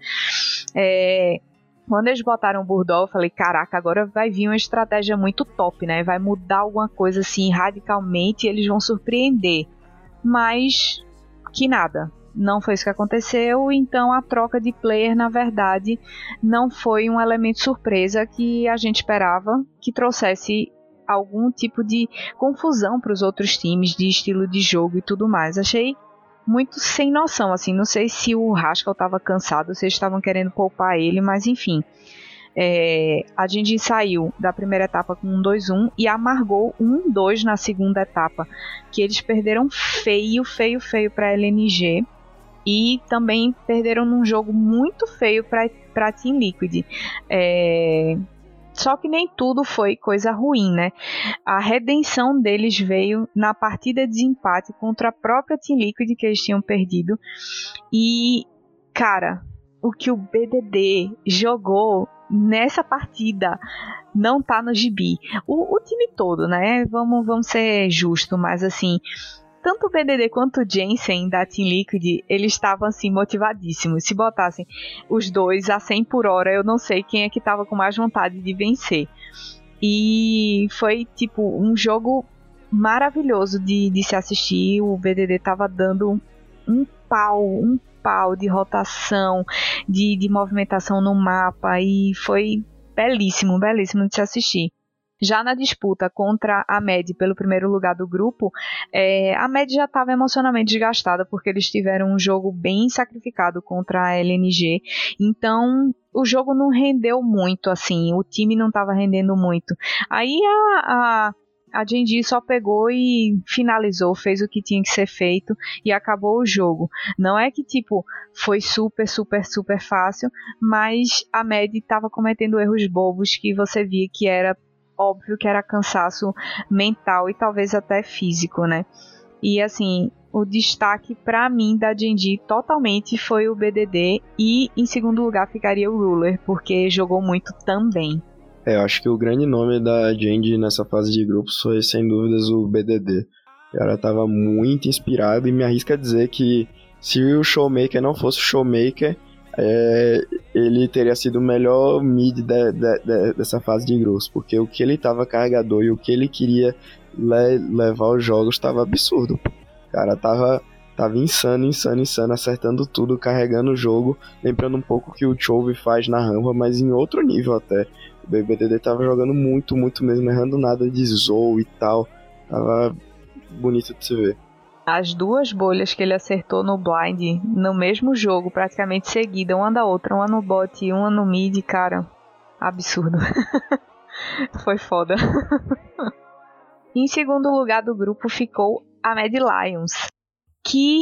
Quando eles botaram o Burdol, eu falei, caraca, agora vai vir uma estratégia muito top, né? Vai mudar alguma coisa assim radicalmente e eles vão surpreender. Mas que nada. Não foi isso que aconteceu, então a troca de player, na verdade, não foi um elemento surpresa que a gente esperava que trouxesse algum tipo de confusão para os outros times, de estilo de jogo e tudo mais. Achei muito sem noção, assim, não sei se o Haskell estava cansado, se eles estavam querendo poupar ele, mas enfim. A gente saiu da primeira etapa com 1-2-1 e amargou 1-2 na segunda etapa, que eles perderam feio para a LNG. E também perderam num jogo muito feio para Team Liquid. Só que nem tudo foi coisa ruim, né? A redenção deles veio na partida de desempate contra a própria Team Liquid que eles tinham perdido. E, cara, o que o BDD jogou nessa partida não tá no gibi. O time todo, né? Vamos ser justos, mas assim... Tanto o BDD quanto o Jensen da Team Liquid, eles estavam assim motivadíssimos. Se botassem os dois a 100 por hora, eu não sei quem é que estava com mais vontade de vencer. E foi tipo um jogo maravilhoso de se assistir. O BDD estava dando um pau de rotação, de movimentação no mapa, e foi belíssimo de se assistir. Já na disputa contra a MED pelo primeiro lugar do grupo, a MED já estava emocionalmente desgastada porque eles tiveram um jogo bem sacrificado contra a LNG. Então o jogo não rendeu muito, assim, o time não estava rendendo muito. Aí a Gen.G só pegou e finalizou, fez o que tinha que ser feito e acabou o jogo. Não é que tipo foi super fácil, mas a MED estava cometendo erros bobos que você via que era óbvio que era cansaço mental e talvez até físico, né? E assim, o destaque pra mim da Gen.G totalmente foi o BDD, e em segundo lugar ficaria o Ruler, porque jogou muito também. Eu acho que o grande nome da Gen.G nessa fase de grupos foi sem dúvidas o BDD. O cara tava muito inspirado e me arrisca a dizer que se o Showmaker não fosse o Showmaker, ele teria sido o melhor mid dessa fase de grupos, porque o que ele tava carregador e o que ele queria levar os jogos tava absurdo. O cara tava insano, acertando tudo, carregando o jogo, lembrando um pouco o que o Chove faz na rampa, mas em outro nível até. O BBDD tava jogando muito mesmo, errando nada de Zou e tal, tava bonito de se ver. As duas bolhas que ele acertou no blind, no mesmo jogo, praticamente seguida, uma da outra, uma no bot e uma no mid, cara, absurdo. Foi foda. Em segundo lugar do grupo ficou a Mad Lions, que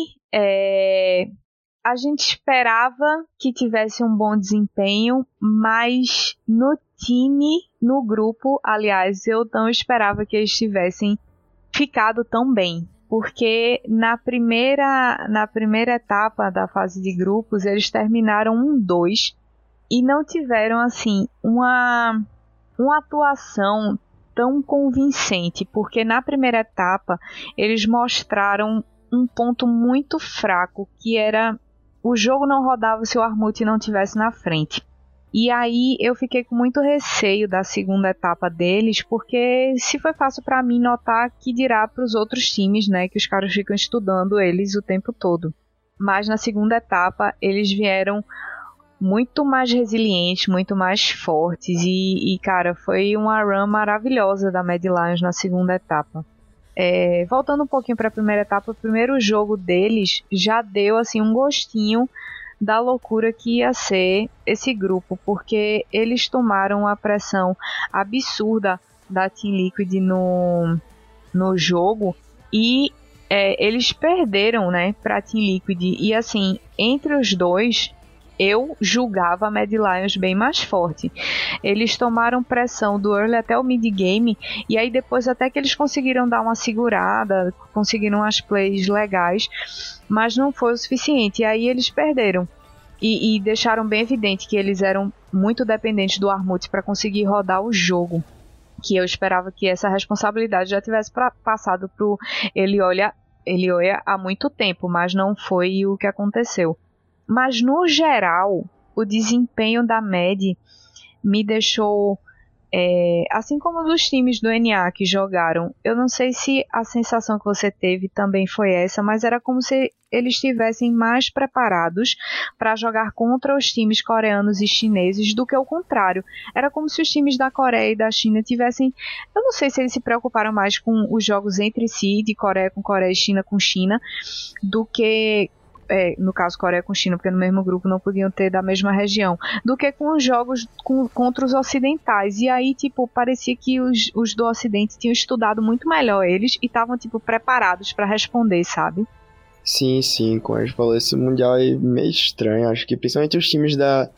a gente esperava que tivesse um bom desempenho, mas no time, no grupo, aliás, eu não esperava que eles tivessem ficado tão bem. Porque na primeira etapa da fase de grupos, eles terminaram 1-2 e não tiveram assim uma atuação tão convincente, porque na primeira etapa eles mostraram um ponto muito fraco, que era o jogo não rodava se o Armut não estivesse na frente. E aí eu fiquei com muito receio da segunda etapa deles, porque se foi fácil para mim notar, que dirá para os outros times, né, que os caras ficam estudando eles o tempo todo. Mas na segunda etapa eles vieram muito mais resilientes, muito mais fortes e cara, foi uma run maravilhosa da Mad Lions na segunda etapa. Voltando um pouquinho para a primeira etapa, o primeiro jogo deles já deu assim um gostinho da loucura que ia ser esse grupo, porque eles tomaram a pressão absurda da Team Liquid no jogo e eles perderam, né, para Team Liquid. E assim, entre os dois, eu julgava a Mad Lions bem mais forte. Eles tomaram pressão do early até o mid game, e aí depois até que eles conseguiram dar uma segurada, conseguiram as plays legais, mas não foi o suficiente, e aí eles perderam. E deixaram bem evidente que eles eram muito dependentes do Armut para conseguir rodar o jogo. Que eu esperava que essa responsabilidade já tivesse passado pro Elioia há muito tempo, mas não foi o que aconteceu. Mas no geral, o desempenho da MED me deixou, assim como dos times do NA que jogaram, eu não sei se a sensação que você teve também foi essa, mas era como se eles estivessem mais preparados para jogar contra os times coreanos e chineses do que o contrário. Era como se os times da Coreia e da China tivessem, eu não sei se eles se preocuparam mais com os jogos entre si, de Coreia com Coreia e China com China, do que no caso Coreia com China, porque no mesmo grupo não podiam ter da mesma região, do que com os jogos contra os ocidentais. E aí, tipo, parecia que os do ocidente tinham estudado muito melhor eles e estavam, tipo, preparados para responder, sabe? Sim, como a gente falou, esse Mundial é meio estranho. Acho que principalmente os times da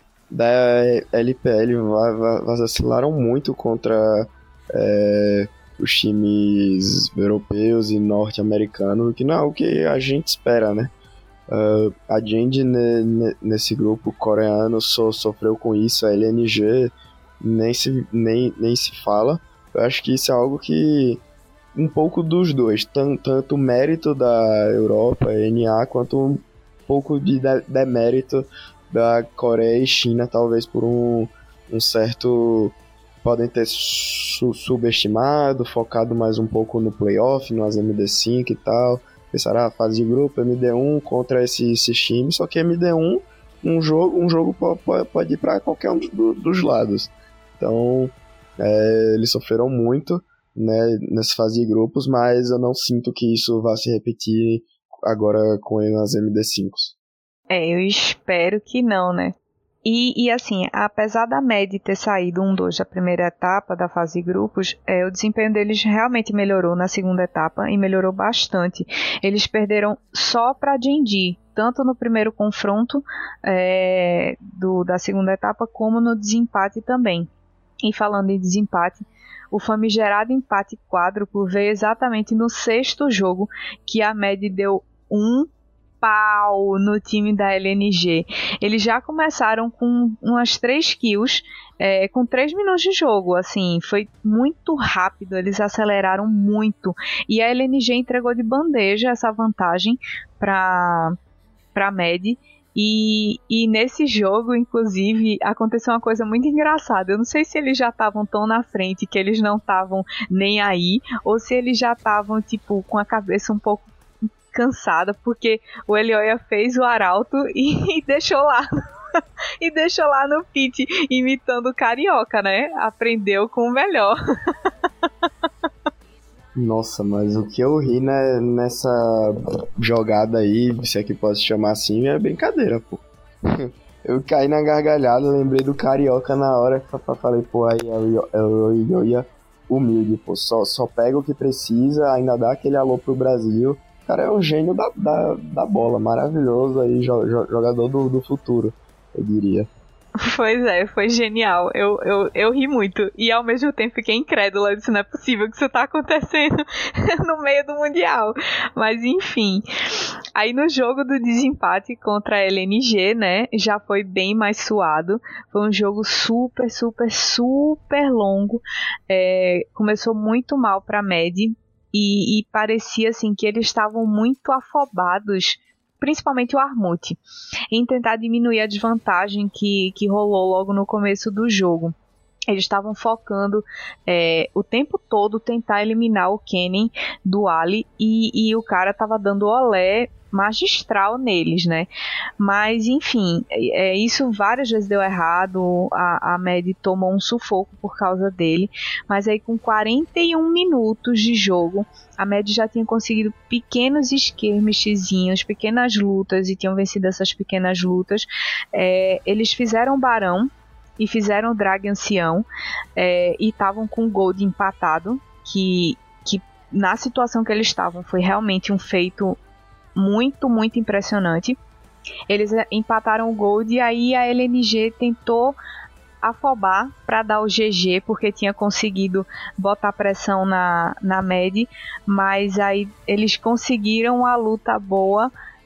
LPL vacilaram muito contra os times europeus e norte-americanos, que não é o que a gente espera, né? A Genji nesse grupo coreano sofreu com isso, a LNG nem se fala. Eu acho que isso é algo que um pouco dos dois, tanto o mérito da Europa, NA, quanto um pouco de demérito da Coreia e China, talvez por um certo... podem ter subestimado, focado mais um pouco no playoff, no MD5 e tal. Pensaram, a fase de grupo, MD1 contra esses times, só que MD1, um jogo pode ir para qualquer um dos lados. Então, eles sofreram muito, né, nessa fase de grupos, mas eu não sinto que isso vá se repetir agora com as MD5s. Eu espero que não, né? E assim, apesar da MED ter saído 1-2 da primeira etapa da fase de grupos, o desempenho deles realmente melhorou na segunda etapa e melhorou bastante. Eles perderam só para Genji, tanto no primeiro confronto da segunda etapa, como no desempate também. E falando em desempate, o famigerado empate quádruplo veio exatamente no sexto jogo, que a MED deu pau no time da LNG. Eles já começaram com umas 3 kills com 3 minutos de jogo, assim, foi muito rápido, eles aceleraram muito, e a LNG entregou de bandeja essa vantagem para MED. E nesse jogo, inclusive, aconteceu uma coisa muito engraçada. Eu não sei se eles já estavam tão na frente que eles não estavam nem aí, ou se eles já estavam, tipo, com a cabeça um pouco cansada, porque o Elioia fez o arauto e deixou lá e deixou lá no pit imitando o carioca, né? Aprendeu com o melhor. Nossa, mas o que eu ri nessa jogada aí, se é que posso chamar assim, é brincadeira, pô. Eu caí na gargalhada, lembrei do carioca na hora que eu falei, pô, aí eu ia humilde, pô, só pega o que precisa, ainda dá aquele alô pro Brasil. O cara é um gênio da bola, maravilhoso aí, jogador do futuro, eu diria. Pois é, foi genial. Eu ri muito. E ao mesmo tempo fiquei incrédula. Eu disse, não é possível que isso tá acontecendo no meio do Mundial. Mas enfim. Aí no jogo do desempate contra a LNG, né? Já foi bem mais suado. Foi um jogo super longo. Começou muito mal pra MED. E parecia assim que eles estavam muito afobados, principalmente o Armut, em tentar diminuir a desvantagem que rolou logo no começo do jogo. Eles estavam focando o tempo todo tentar eliminar o Kennen do Ali, e o cara estava dando olé magistral neles, né? Mas enfim, isso várias vezes deu errado, a MED tomou um sufoco por causa dele, mas aí com 41 minutos de jogo, a MED já tinha conseguido pequenos skirmishzinhos, pequenas lutas, e tinham vencido essas pequenas lutas. Eles fizeram Barão e fizeram Drag Ancião, e estavam com o Gold empatado, que na situação que eles estavam foi realmente um feito muito impressionante. Eles empataram o Gold e aí a LNG tentou afobar para dar o GG, porque tinha conseguido botar pressão na MED, mas aí eles conseguiram a luta boa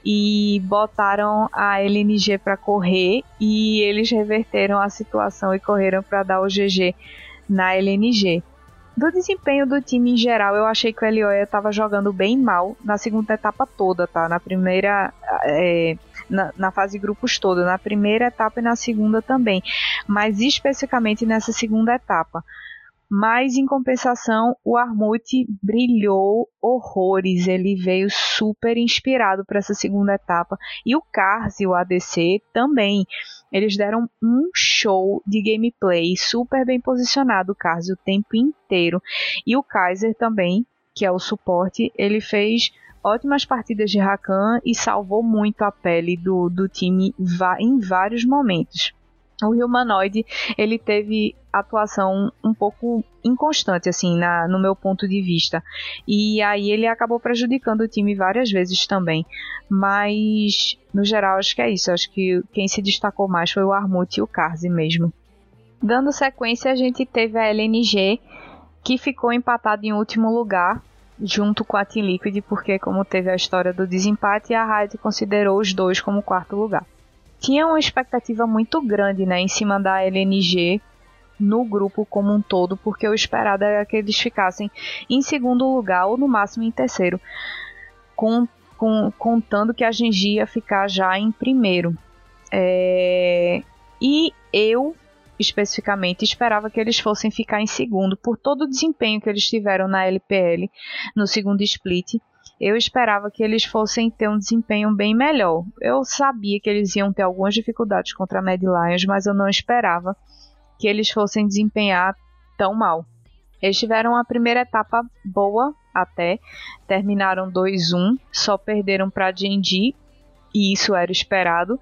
e botaram a LNG para correr e eles reverteram a situação e correram para dar o GG na LNG. Do desempenho do time em geral, eu achei que o Elioia estava jogando bem mal na segunda etapa toda, tá? Na primeira, na fase de grupos toda, na primeira etapa e na segunda também, mas especificamente nessa segunda etapa. Mas, em compensação, o Armut brilhou horrores, ele veio super inspirado para essa segunda etapa. E o Cars e o ADC também, eles deram um show de gameplay, super bem posicionado o Cars o tempo inteiro. E o Kaiser também, que é o suporte, ele fez ótimas partidas de Rakan e salvou muito a pele do time em vários momentos. O Humanoid, ele teve atuação um pouco inconstante, assim, no meu ponto de vista. E aí ele acabou prejudicando o time várias vezes também. Mas, no geral, acho que é isso. Acho que quem se destacou mais foi o Armut e o Karzi mesmo. Dando sequência, a gente teve a LNG, que ficou empatada em último lugar, junto com a Team Liquid, porque como teve a história do desempate, a Riot considerou os dois como quarto lugar. Tinha uma expectativa muito grande, né, em cima da LNG no grupo como um todo, porque o esperado era que eles ficassem em segundo lugar ou no máximo em terceiro, contando que a Gen.G ia ficar já em primeiro. E eu, especificamente, esperava que eles fossem ficar em segundo, por todo o desempenho que eles tiveram na LPL, no segundo split. Eu esperava que eles fossem ter um desempenho bem melhor. Eu sabia que eles iam ter algumas dificuldades contra a Mad Lions, mas eu não esperava que eles fossem desempenhar tão mal. Eles tiveram a primeira etapa boa até, terminaram 2-1, só perderam para a Gen.G, e isso era esperado,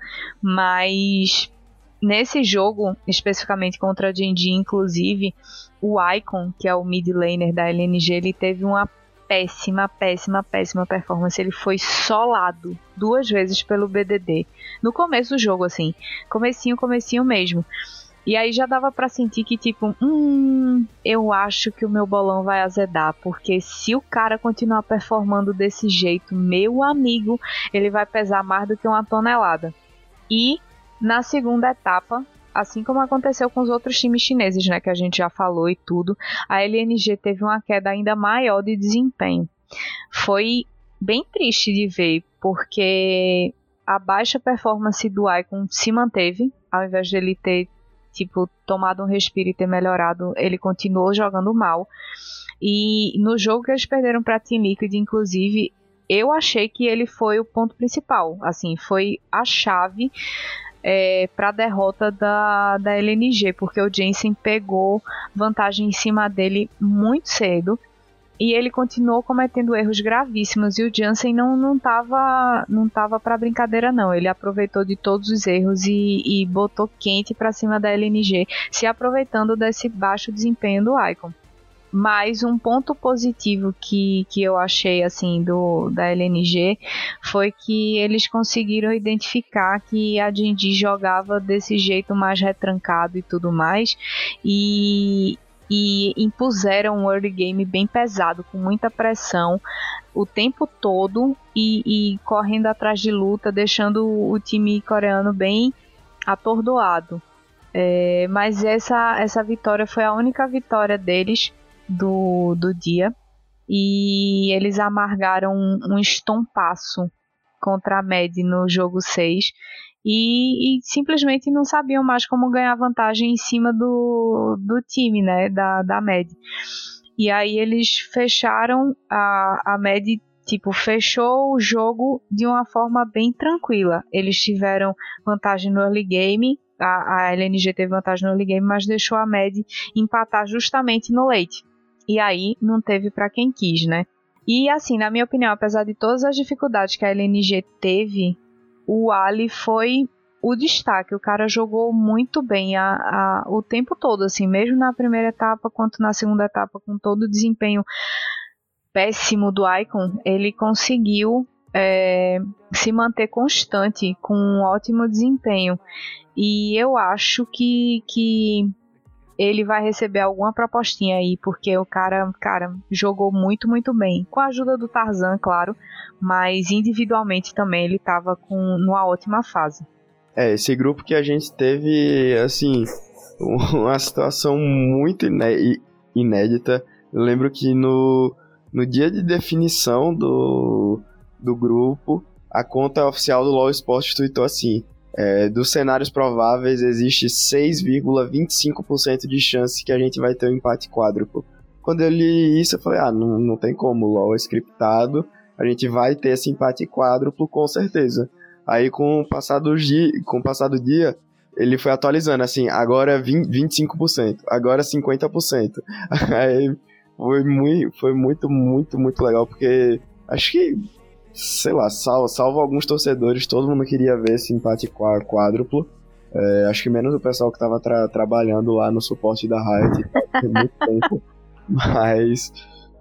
mas nesse jogo, especificamente contra a Gen.G, inclusive, o Icon, que é o mid laner da LNG, ele teve uma péssima performance. Ele foi solado 2 vezes pelo BDD no começo do jogo, assim, comecinho mesmo. E aí já dava pra sentir que tipo, eu acho que o meu bolão vai azedar, porque se o cara continuar performando desse jeito, meu amigo, ele vai pesar mais do que 1 tonelada. E na segunda etapa, assim como aconteceu com os outros times chineses, né, que a gente já falou e tudo, a LNG teve uma queda ainda maior de desempenho. Foi bem triste de ver, porque a baixa performance do Icon se manteve, ao invés de ele ter tomado um respiro e ter melhorado, ele continuou jogando mal. E no jogo que eles perderam para a Team Liquid, inclusive, eu achei que ele foi o ponto principal, assim, foi a chave para a derrota da LNG, porque o Jensen pegou vantagem em cima dele muito cedo e ele continuou cometendo erros gravíssimos, e o Jensen não tava para brincadeira não. Ele aproveitou de todos os erros e botou quente para cima da LNG, se aproveitando desse baixo desempenho do Icon. Mas um ponto positivo que eu achei assim da LNG foi que eles conseguiram identificar que a Gen.G jogava desse jeito mais retrancado e tudo mais, e impuseram um early game bem pesado, com muita pressão o tempo todo e correndo atrás de luta, deixando o time coreano bem atordoado. Mas essa vitória foi a única vitória deles do dia, e eles amargaram um estompaço contra a Mad no jogo 6 e simplesmente não sabiam mais como ganhar vantagem em cima do time, né, da Mad. E aí eles fecharam a Mad, fechou o jogo de uma forma bem tranquila. Eles tiveram vantagem no early game, a LNG teve vantagem no early game, mas deixou a Mad empatar justamente no late. E aí não teve para quem quis, né? E assim, na minha opinião, apesar de todas as dificuldades que a LNG teve, o Ali foi o destaque. O cara jogou muito bem o tempo todo, assim, mesmo na primeira etapa quanto na segunda etapa, com todo o desempenho péssimo do Icon, ele conseguiu se manter constante, com um ótimo desempenho. E eu acho que ele vai receber alguma propostinha aí, porque o cara, jogou muito, muito bem. Com a ajuda do Tarzan, claro, mas individualmente também ele estava numa ótima fase. Esse grupo que a gente teve, assim, uma situação muito inédita. Eu lembro que no dia de definição do grupo, a conta oficial do LoL Esportes tweetou assim: dos cenários prováveis, existe 6,25% de chance que a gente vai ter um empate quádruplo. Quando eu li isso, eu falei, não tem como, o LoL é scriptado, a gente vai ter esse empate quádruplo com certeza. Aí com o passar do dia, ele foi atualizando, assim, agora 25%, agora 50%. Aí foi muito, muito, muito legal, porque acho que, sei lá, salvo alguns torcedores, todo mundo queria ver esse empate quádruplo. Acho que menos o pessoal que estava trabalhando lá no suporte da Riot por muito tempo. Mas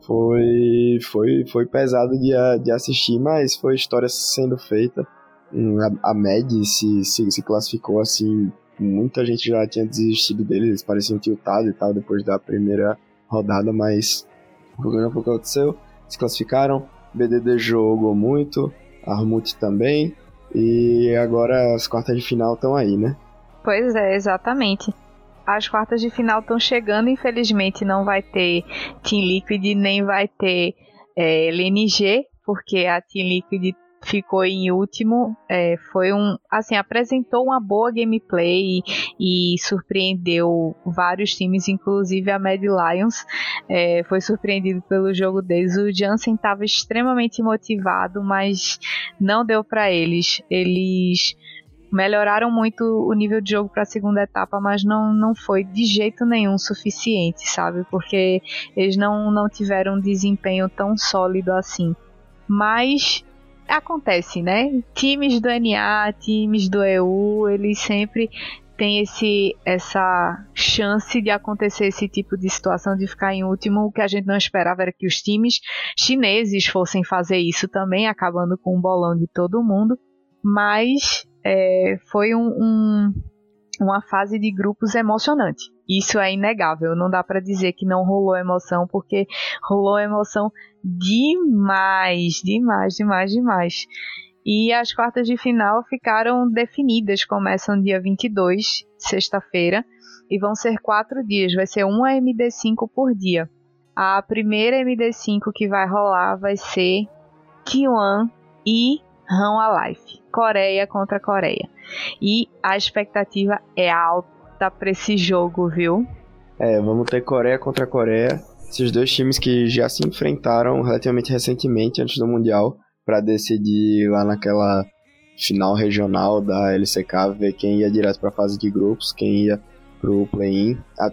foi pesado de assistir, mas foi história sendo feita. A Mad se classificou assim, muita gente já tinha desistido deles, eles pareciam tiltados e tal depois da primeira rodada, mas foi o que aconteceu, se classificaram. BDD jogou muito, Armut também, e agora as quartas de final estão aí, né? Pois é, exatamente. As quartas de final estão chegando, infelizmente não vai ter Team Liquid, nem vai ter LNG, porque a Team Liquid ficou em último. Apresentou uma boa gameplay e surpreendeu vários times, inclusive a Mad Lions foi surpreendido pelo jogo deles. O Jansen estava extremamente motivado, mas não deu para eles. Eles melhoraram muito o nível de jogo para a segunda etapa, mas não foi de jeito nenhum suficiente, sabe? Porque eles não tiveram um desempenho tão sólido assim. Mas acontece, né? Times do NA, times do EU, eles sempre têm essa chance de acontecer esse tipo de situação, de ficar em último. O que a gente não esperava era que os times chineses fossem fazer isso também, acabando com o bolão de todo mundo. Mas foi uma fase de grupos emocionante. Isso é inegável, não dá para dizer que não rolou emoção, porque rolou emoção demais. E as quartas de final ficaram definidas, começam dia 22, sexta-feira, e vão ser 4 dias, vai ser uma MD5 por dia. A primeira MD5 que vai rolar vai ser T1 e Run Alive, Coreia contra Coreia. E a expectativa é alta para esse jogo, viu? Vamos ter Coreia contra Coreia. Esses dois times que já se enfrentaram relativamente recentemente, antes do Mundial, para decidir lá naquela final regional da LCK, ver quem ia direto para a fase de grupos, quem ia pro play-in. A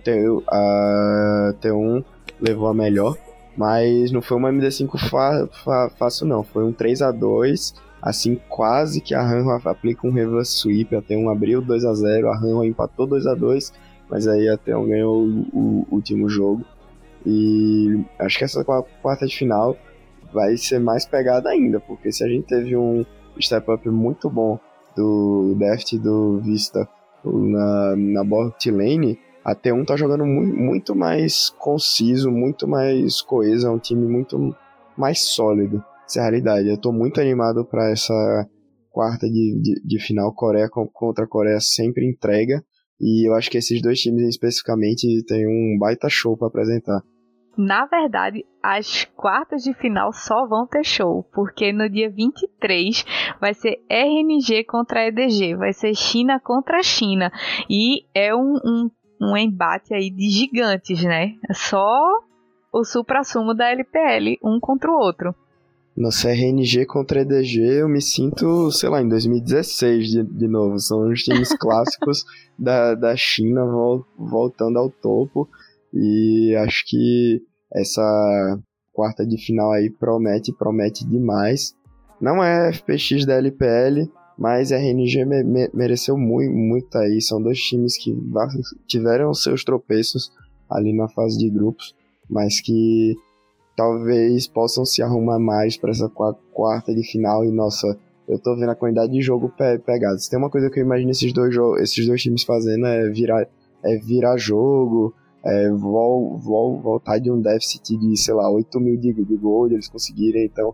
T1 levou a melhor, mas não foi uma MD5 fácil não, foi um 3-2, assim, quase que a Hanwha aplica um reverse sweep. A T1 abriu 2-0, a Hanwha empatou 2-2, mas aí a T1 ganhou o último jogo. E acho que essa quarta de final vai ser mais pegada ainda, porque se a gente teve um step up muito bom do Deft e do Vista na bot lane, a T1 tá jogando muito mais conciso, muito mais coeso, é um time muito mais sólido. Essa é a realidade. Eu tô muito animado para essa quarta de final. Coreia contra Coreia sempre entrega, e eu acho que esses dois times especificamente têm um baita show para apresentar. Na verdade, as quartas de final só vão ter show, porque no dia 23 vai ser RNG contra EDG, vai ser China contra China, e é um embate aí de gigantes, né? Só o supra-sumo da LPL, um contra o outro. Nossa, RNG contra EDG, eu me sinto, sei lá, em 2016 de novo. São os times clássicos da China voltando ao topo. E acho que essa quarta de final aí promete demais. Não é FPX da LPL, mas a RNG mereceu muito aí. São dois times que tiveram seus tropeços ali na fase de grupos, mas que talvez possam se arrumar mais para essa quarta de final. E nossa, eu tô vendo a quantidade de jogo pegado. Se tem uma coisa que eu imagino esses dois times fazendo, é virar jogo, voltar de um déficit de, sei lá, 8 mil de gol, eles conseguirem. Então,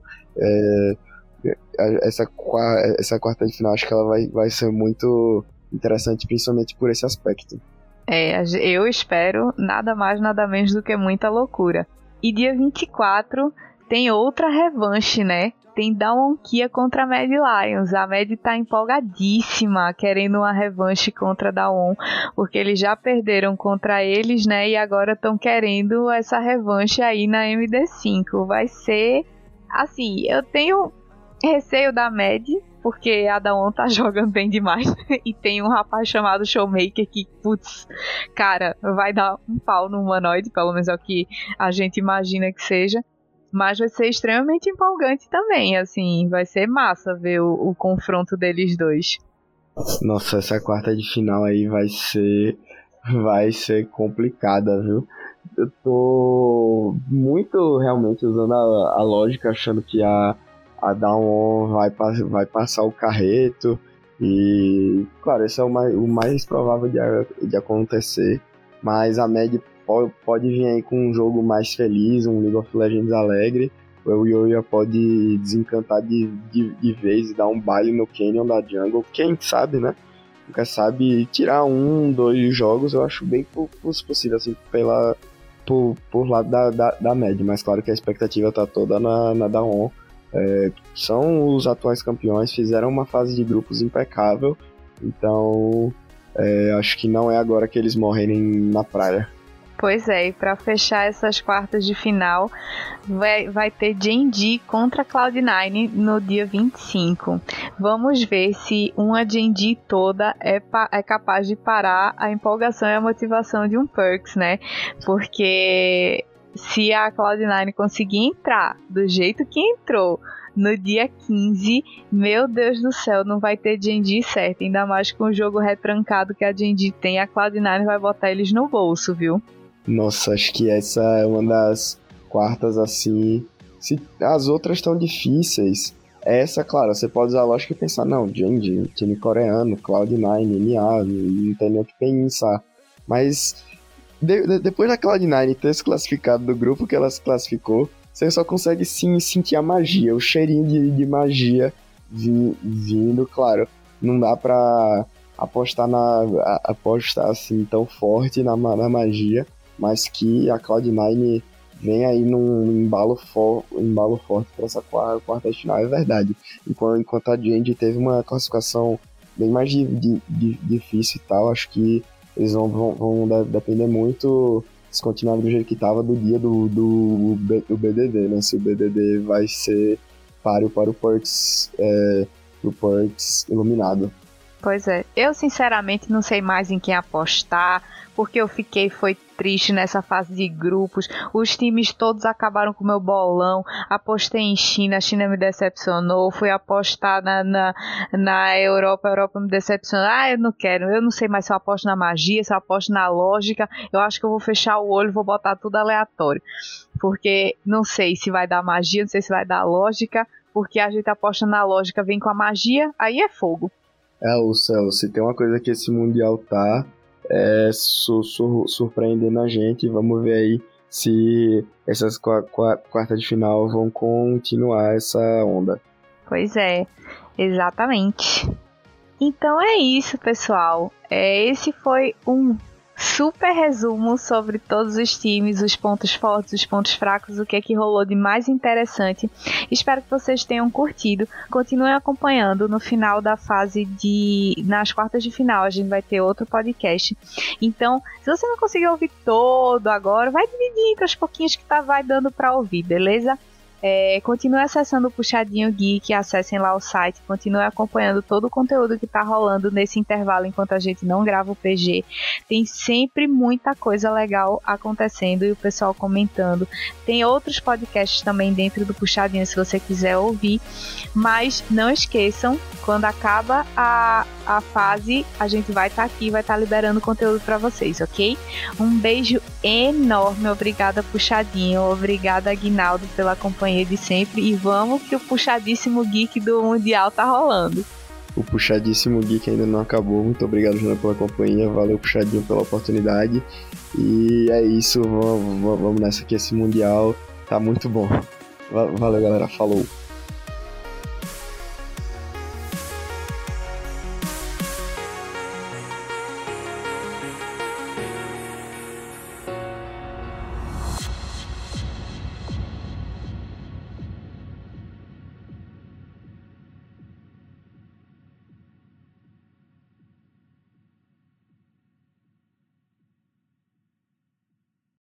essa quarta de final, acho que ela vai ser muito interessante, principalmente por esse aspecto. Eu espero nada mais, nada menos do que muita loucura. E dia 24 tem outra revanche, né? Tem Daewon Kia contra a Mad Lions. A Mad tá empolgadíssima, querendo uma revanche contra a Daewon, porque eles já perderam contra eles, né? E agora estão querendo essa revanche aí na MD5. Vai ser, assim, eu tenho receio da Mad, porque a Daewon tá jogando bem demais. E tem um rapaz chamado Showmaker que, putz, cara, vai dar um pau no humanoide, pelo menos é o que a gente imagina que seja. Mas vai ser extremamente empolgante também, assim, vai ser massa ver o confronto deles dois. Nossa, essa quarta de final aí vai ser complicada, viu? Eu tô muito realmente usando a lógica, achando que a Daewon vai passar o carreto. E, claro, esse é o mais provável de acontecer. Mas a Mad pode vir aí com um jogo mais feliz, um League of Legends alegre. O Yoya pode desencantar de vez e dar um baile no Canyon da Jungle. Quem sabe, né? Nunca sabe, tirar 2 jogos, eu acho bem possível, assim, por lado da Mad. Mas claro que a expectativa tá toda na Daewon. São os atuais campeões, fizeram uma fase de grupos impecável. Então, acho que não é agora que eles morrerem na praia. Pois é, e pra fechar essas quartas de final, vai ter Gen.G contra Cloud9 no dia 25. Vamos ver se uma Gen.G toda é capaz de parar a empolgação e a motivação de um Perkz, né? Porque se a Cloud9 conseguir entrar do jeito que entrou no dia 15, meu Deus do céu, não vai ter Gen.G certo. Ainda mais com o jogo retrancado que a Gen.G tem, a Cloud9 vai botar eles no bolso, viu? Nossa, acho que essa é uma das quartas, assim... Se as outras estão difíceis, essa, claro, você pode usar a lógica e pensar, não, Gen.G, time coreano, Cloud9, NA, não tem nem o que pensar. Mas depois da Cloud9 ter se classificado do grupo que ela se classificou, você só consegue sim sentir a magia, o cheirinho de magia vindo, claro. Não dá pra apostar assim tão forte na magia, mas que a Cloud9 vem aí num embalo forte para essa quarta de final, é verdade. Enquanto a Gen.G teve uma classificação bem mais difícil e tal, acho que eles vão depender muito, se continuar do jeito que estava, do dia do BDD, né? Se o BDD vai ser páreo para o Perkz iluminado. Pois é, eu sinceramente não sei mais em quem apostar, porque eu foi triste nessa fase de grupos, os times todos acabaram com o meu bolão, apostei em China, a China me decepcionou, fui apostar na Europa, a Europa me decepcionou, eu não quero, eu não sei mais se eu aposto na magia, se eu aposto na lógica, eu acho que eu vou fechar o olho e vou botar tudo aleatório, porque não sei se vai dar magia, não sei se vai dar lógica, porque a gente aposta na lógica, vem com a magia, aí é fogo. O céu, se tem uma coisa que esse Mundial tá surpreendendo a gente, vamos ver aí se essas quartas de final vão continuar essa onda. Pois é, exatamente. Então é isso, pessoal. Esse foi um super resumo sobre todos os times, os pontos fortes, os pontos fracos, o que é que rolou de mais interessante. Espero que vocês tenham curtido. Continuem acompanhando no final da fase nas quartas de final, a gente vai ter outro podcast. Então, se você não conseguir ouvir todo agora, vai dividir entre os pouquinhos que vai dando para ouvir, beleza? Continue acessando o Puxadinho Geek, acessem lá o site, continue acompanhando todo o conteúdo que está rolando nesse intervalo enquanto a gente não grava o PG. Tem sempre muita coisa legal acontecendo e o pessoal comentando. Tem outros podcasts também dentro do Puxadinho se você quiser ouvir, mas não esqueçam, quando acaba a fase, a gente vai estar aqui, vai estar liberando conteúdo para vocês, ok? Um beijo enorme, obrigada Puxadinho, obrigada Aguinaldo pela companhia de sempre e vamos que o puxadíssimo geek do Mundial tá rolando. O Puxadíssimo Geek ainda não acabou. Muito obrigado, Jana, pela companhia. Valeu, Puxadinho, pela oportunidade. E é isso, vamos nessa que esse Mundial tá muito bom. Valeu, galera. Falou.